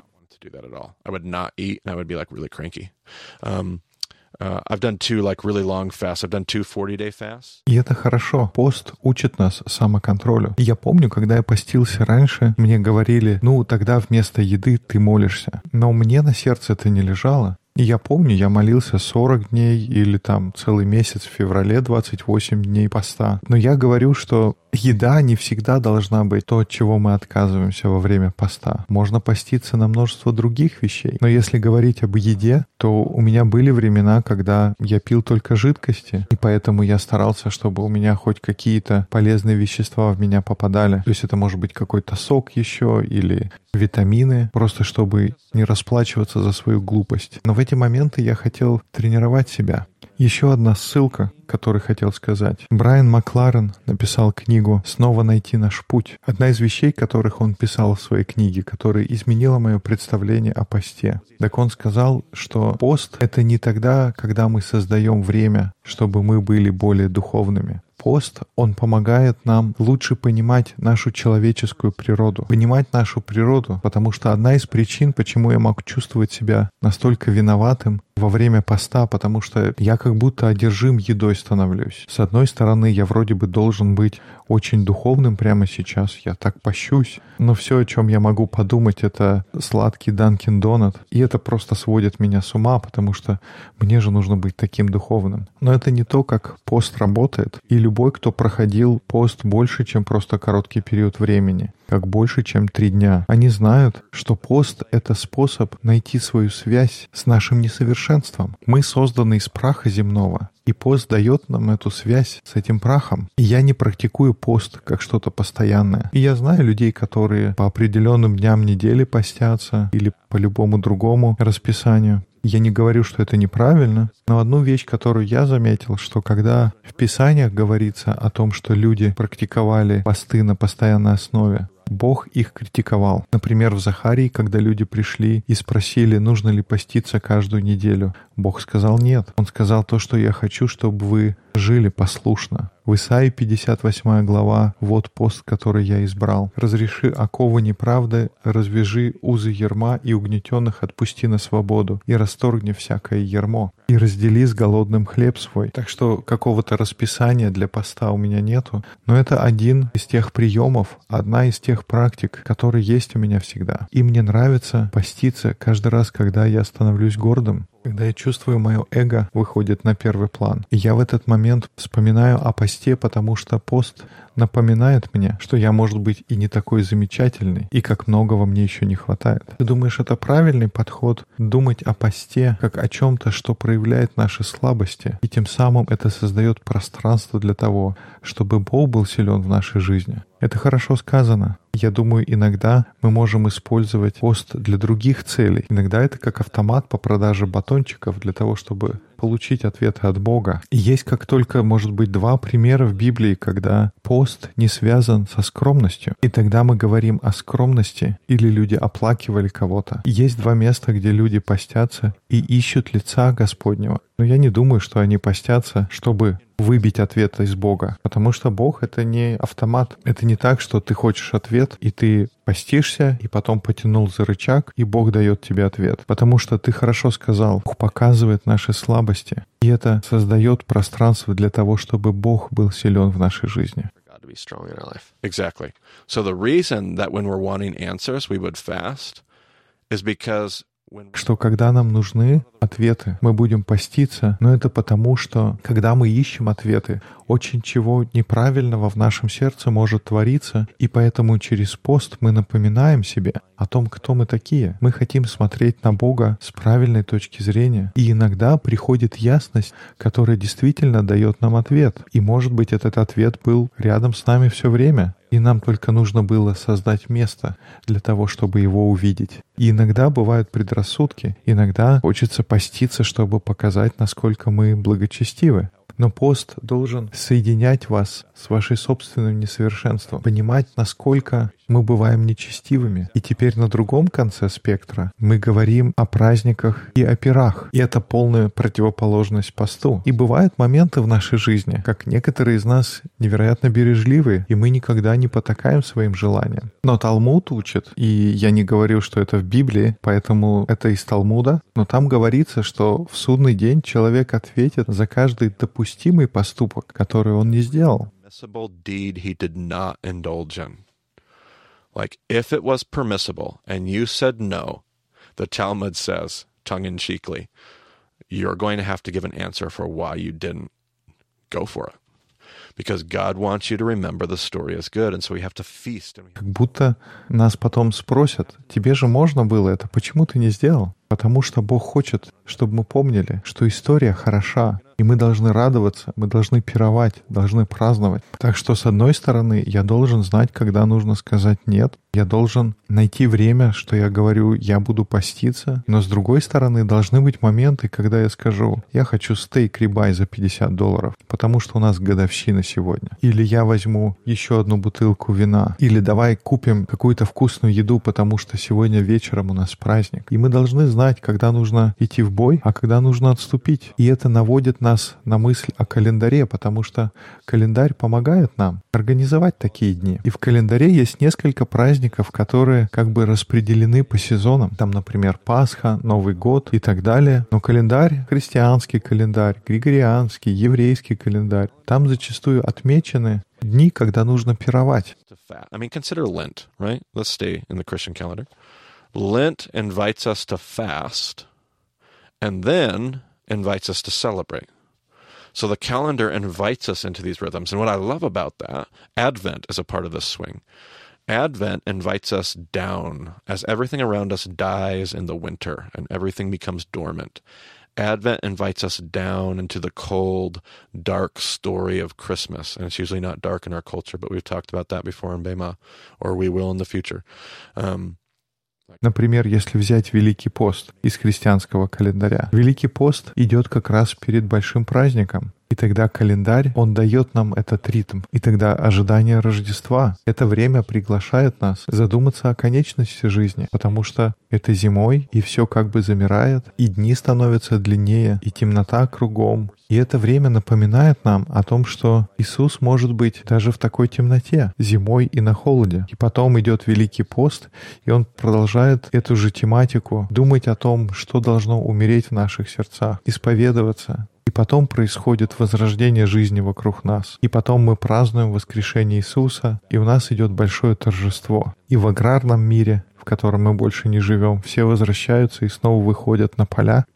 Uh, I've done two like really long fasts. I've done two forty-day fasts. И это хорошо. Пост учит нас самоконтролю. И я помню, когда я постился раньше, мне говорили: ну, тогда вместо еды ты молишься. Но мне на сердце это не лежало. И я помню, я молился сорок дней или там целый месяц в феврале, двадцать восемь дней поста. Но я говорю, что еда не всегда должна быть то, от чего мы отказываемся во время поста. Можно поститься на множество других вещей. Но если говорить об еде, то у меня были времена, когда я пил только жидкости, и поэтому я старался, чтобы у меня хоть какие-то полезные вещества в меня попадали. То есть это может быть какой-то сок еще или витамины, просто чтобы не расплачиваться за свою глупость. Но в эти моменты я хотел тренировать себя. Еще одна ссылка, которую хотел сказать. Брайан Макларен написал книгу «Снова найти наш путь». Одна из вещей, которых он писал в своей книге, которая изменила мое представление о посте. Так он сказал, что пост — это не тогда, когда мы создаем время, чтобы мы были более духовными. Пост, он помогает нам лучше понимать нашу человеческую природу. Понимать нашу природу, потому что одна из причин, почему я могу чувствовать себя настолько виноватым во время поста, потому что я как будто одержим едой становлюсь. С одной стороны, я вроде бы должен быть очень духовным прямо сейчас, я так пощусь, но все, о чем я могу подумать, это сладкий Данкин Донат, и это просто сводит меня с ума, потому что мне же нужно быть таким духовным. Но это не то, как пост работает, и любой, кто проходил пост больше, чем просто короткий период времени, как больше, чем три дня, они знают, что пост — это способ найти свою связь с нашим несовершенством. Мы созданы из праха земного, и пост дает нам эту связь с этим прахом. И я не практикую пост как что-то постоянное. И я знаю людей, которые по определенным дням недели постятся или по любому другому расписанию. Я не говорю, что это неправильно, но одну вещь, которую я заметил, что когда в Писаниях говорится о том, что люди практиковали посты на постоянной основе, Бог их критиковал. Например, в Захарии, когда люди пришли и спросили, нужно ли поститься каждую неделю, Бог сказал нет. Он сказал то, что я хочу, чтобы вы жили послушно. В Исаии пятьдесят восьмая глава, вот пост, который я избрал. «Разреши оковы неправды, развяжи узы ярма, и угнетенных отпусти на свободу, и расторгни всякое ярмо, и раздели с голодным хлеб свой». Так что какого-то расписания для поста у меня нету, но это один из тех приемов, одна из тех практик, которые есть у меня всегда. И мне нравится поститься каждый раз, когда я становлюсь гордым, когда я чувствую, мое эго выходит на первый план. И я в этот момент вспоминаю о посте, потому что пост напоминает мне, что я, может быть, и не такой замечательный, и как многого мне еще не хватает. Ты думаешь, это правильный подход — думать о посте как о чем-то, что проявляет наши слабости, и тем самым это создает пространство для того, чтобы Бог был силен в нашей жизни? Это хорошо сказано. Я думаю, иногда мы можем использовать пост для других целей. Иногда это как автомат по продаже батончиков для того, чтобы получить ответы от Бога. И есть как только, может быть, два примера в Библии, когда пост не связан со скромностью. И тогда мы говорим о скромности, или люди оплакивали кого-то. И есть два места, где люди постятся и ищут лица Господнего. Но я не думаю, что они постятся, чтобы выбить ответ из Бога. Потому что Бог — это не автомат. Это не так, что ты хочешь ответ, и ты постишься, и потом потянул за рычаг, и Бог дает тебе ответ. Потому что ты хорошо сказал, Бог показывает наши слабости. И это создает пространство для того, чтобы Бог был силен в нашей жизни. Exactly. So the reason that when we're wanting answers, we would fast is because что когда нам нужны ответы, мы будем поститься, но это потому, что когда мы ищем ответы, очень чего неправильного в нашем сердце может твориться, и поэтому через пост мы напоминаем себе о том, кто мы такие. Мы хотим смотреть на Бога с правильной точки зрения, и иногда приходит ясность, которая действительно дает нам ответ. И, может быть, этот ответ был рядом с нами все время. И нам только нужно было создать место для того, чтобы его увидеть. И иногда бывают предрассудки, иногда хочется поститься, чтобы показать, насколько мы благочестивы. Но пост должен соединять вас с вашей собственным несовершенством, понимать, насколько мы бываем нечестивыми. И теперь на другом конце спектра мы говорим о праздниках и о пирах. И это полная противоположность посту. И бывают моменты в нашей жизни, как некоторые из нас невероятно бережливые, и мы никогда не потакаем своим желаниям. Но Талмуд учит, и я не говорю, что это в Библии, поэтому это из Талмуда, но там говорится, что в судный день человек ответит за каждый допустимый поступок, который он не сделал. Like, if it was permissible and you said no, the Talmud says, tongue-in-cheekly, you're going to have to give an answer for why you didn't go for it. Because God wants you to remember the story is good, and so we have to feast. Как будто нас потом спросят, тебе же можно было это, почему ты не сделал? Потому что Бог хочет, чтобы мы помнили, что история хороша, и мы должны радоваться, мы должны пировать, должны праздновать. Так что, с одной стороны, я должен знать, когда нужно сказать «нет». Я должен найти время, что я говорю «я буду поститься». Но, с другой стороны, должны быть моменты, когда я скажу «я хочу стейк рибай за пятьдесят долларов, потому что у нас годовщина сегодня». Или я возьму еще одну бутылку вина. Или давай купим какую-то вкусную еду, потому что сегодня вечером у нас праздник. И мы должны знать, когда нужно идти в бой, а когда нужно отступить. И это наводит нас на мысль о календаре, потому что календарь помогает нам организовать такие дни. И в календаре есть несколько праздников, которые как бы распределены по сезонам. Там, например, Пасха, Новый год и так далее. Но календарь, христианский календарь, григорианский, еврейский календарь, там зачастую отмечены дни, когда нужно пировать. I mean, consider Lent, right? Let's stay in the Christian calendar. Lent invites us to fast and then invites us to celebrate. So the calendar invites us into these rhythms. And what I love about that, Advent is a part of this swing. Advent invites us down as everything around us dies in the winter and everything becomes dormant. Advent invites us down into the cold, dark story of Christmas. And it's usually not dark in our culture, but we've talked about that before in Bema, or we will in the future. Um, Например, если взять Великий пост из христианского календаря. Великий пост идет как раз перед большим праздником. И тогда календарь, он дает нам этот ритм. И тогда ожидание Рождества, это время приглашает нас задуматься о конечности жизни, потому что это зимой, и все как бы замирает, и дни становятся длиннее, и темнота кругом. И это время напоминает нам о том, что Иисус может быть даже в такой темноте, зимой и на холоде. И потом идет Великий пост, и он продолжает эту же тематику, думать о том, что должно умереть в наших сердцах, исповедоваться. И потом происходит возрождение жизни вокруг нас. И потом мы празднуем воскрешение Иисуса, и у нас идет большое торжество. И в аграрном мире, в котором мы больше не живем, все возвращаются и снова выходят на поля.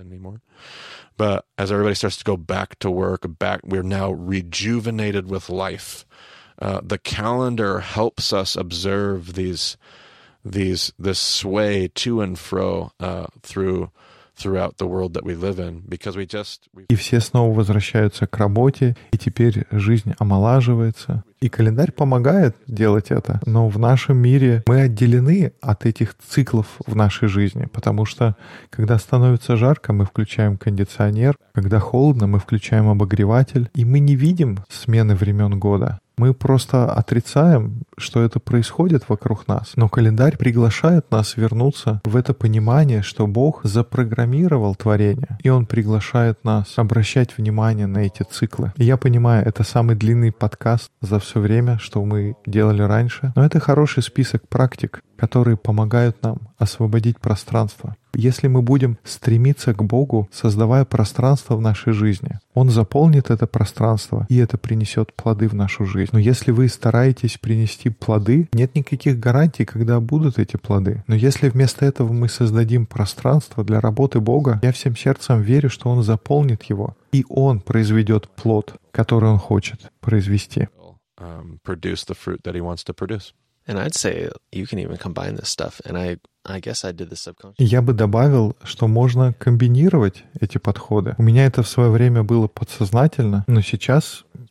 But as everybody starts to go back to work, back, we're now rejuvenated with life. Uh, the calendar helps us observe these, these, this sway to and fro uh, through throughout the world that we live in, because we just... We... И все снова возвращаются к работе, и теперь жизнь омолаживается. И календарь помогает делать это, но в нашем мире мы отделены от этих циклов в нашей жизни, потому что когда становится жарко, мы включаем кондиционер, когда холодно, мы включаем обогреватель, и мы не видим смены времен года. Мы просто отрицаем, что это происходит вокруг нас. Но календарь приглашает нас вернуться в это понимание, что Бог запрограммировал творение, и Он приглашает нас обращать внимание на эти циклы. И я понимаю, это самый длинный подкаст за все время, что мы делали раньше, но это хороший список практик, которые помогают нам освободить пространство. Если мы будем стремиться к Богу, создавая пространство в нашей жизни, Он заполнит это пространство, и это принесет плоды в нашу жизнь. Но если вы стараетесь принести плоды, нет никаких гарантий, когда будут эти плоды. Но если вместо этого мы создадим пространство для работы Бога, я всем сердцем верю, что Он заполнит его, и Он произведет плод, который Он хочет произвести. Um, produce the fruit that he wants to produce. And I'd say you can even combine this stuff. And I, I guess I did this subconsciously. Я бы добавил, что можно комбинировать эти подходы. У меня это в свое время было подсознательно, но сейчас,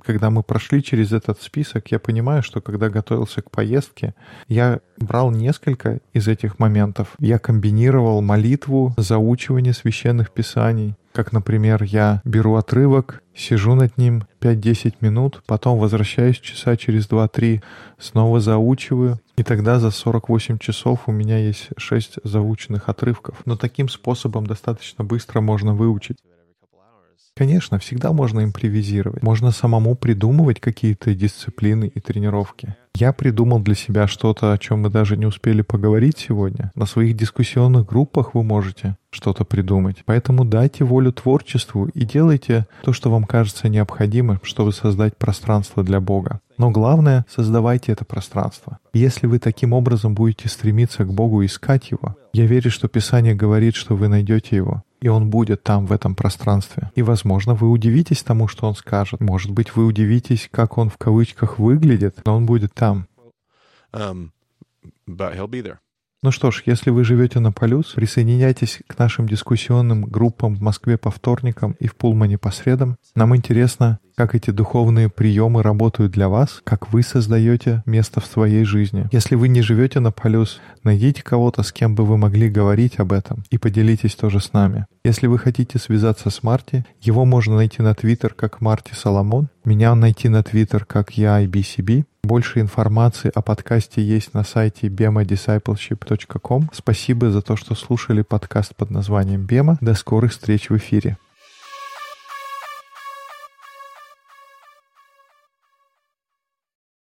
Когда мы прошли через этот список, я понимаю, что когда готовился к поездке, я брал несколько из этих моментов. Я комбинировал молитву, заучивание священных писаний. Как, например, я беру отрывок, сижу над ним пять-десять минут, потом возвращаюсь часа через два-три, снова заучиваю, и тогда за сорок восемь часов у меня есть шесть заученных отрывков. Но таким способом достаточно быстро можно выучить. Конечно, всегда можно импровизировать. Можно самому придумывать какие-то дисциплины и тренировки. Я придумал для себя что-то, о чем мы даже не успели поговорить сегодня. На своих дискуссионных группах вы можете что-то придумать. Поэтому дайте волю творчеству и делайте то, что вам кажется необходимым, чтобы создать пространство для Бога. Но главное, создавайте это пространство. Если вы таким образом будете стремиться к Богу и искать Его, я верю, что Писание говорит, что вы найдете Его. И Он будет там, в этом пространстве. И, возможно, вы удивитесь тому, что Он скажет. Может быть, вы удивитесь, как Он в кавычках выглядит, но Он будет там. Um, but he'll be there. Ну что ж, если вы живете на Полюс, присоединяйтесь к нашим дискуссионным группам в Москве по вторникам и в Пулмане по средам. Нам интересно, как эти духовные приемы работают для вас, как вы создаете место в своей жизни. Если вы не живете на Полюс, найдите кого-то, с кем бы вы могли говорить об этом, и поделитесь тоже с нами. Если вы хотите связаться с Марти, его можно найти на Твиттер как Марти Соломон, меня найти на Твиттер как я ай би си би. Больше информации о подкасте есть на сайте бема дисайплшип точка ком. Спасибо за то, что слушали подкаст под названием «Бема». До скорых встреч в эфире.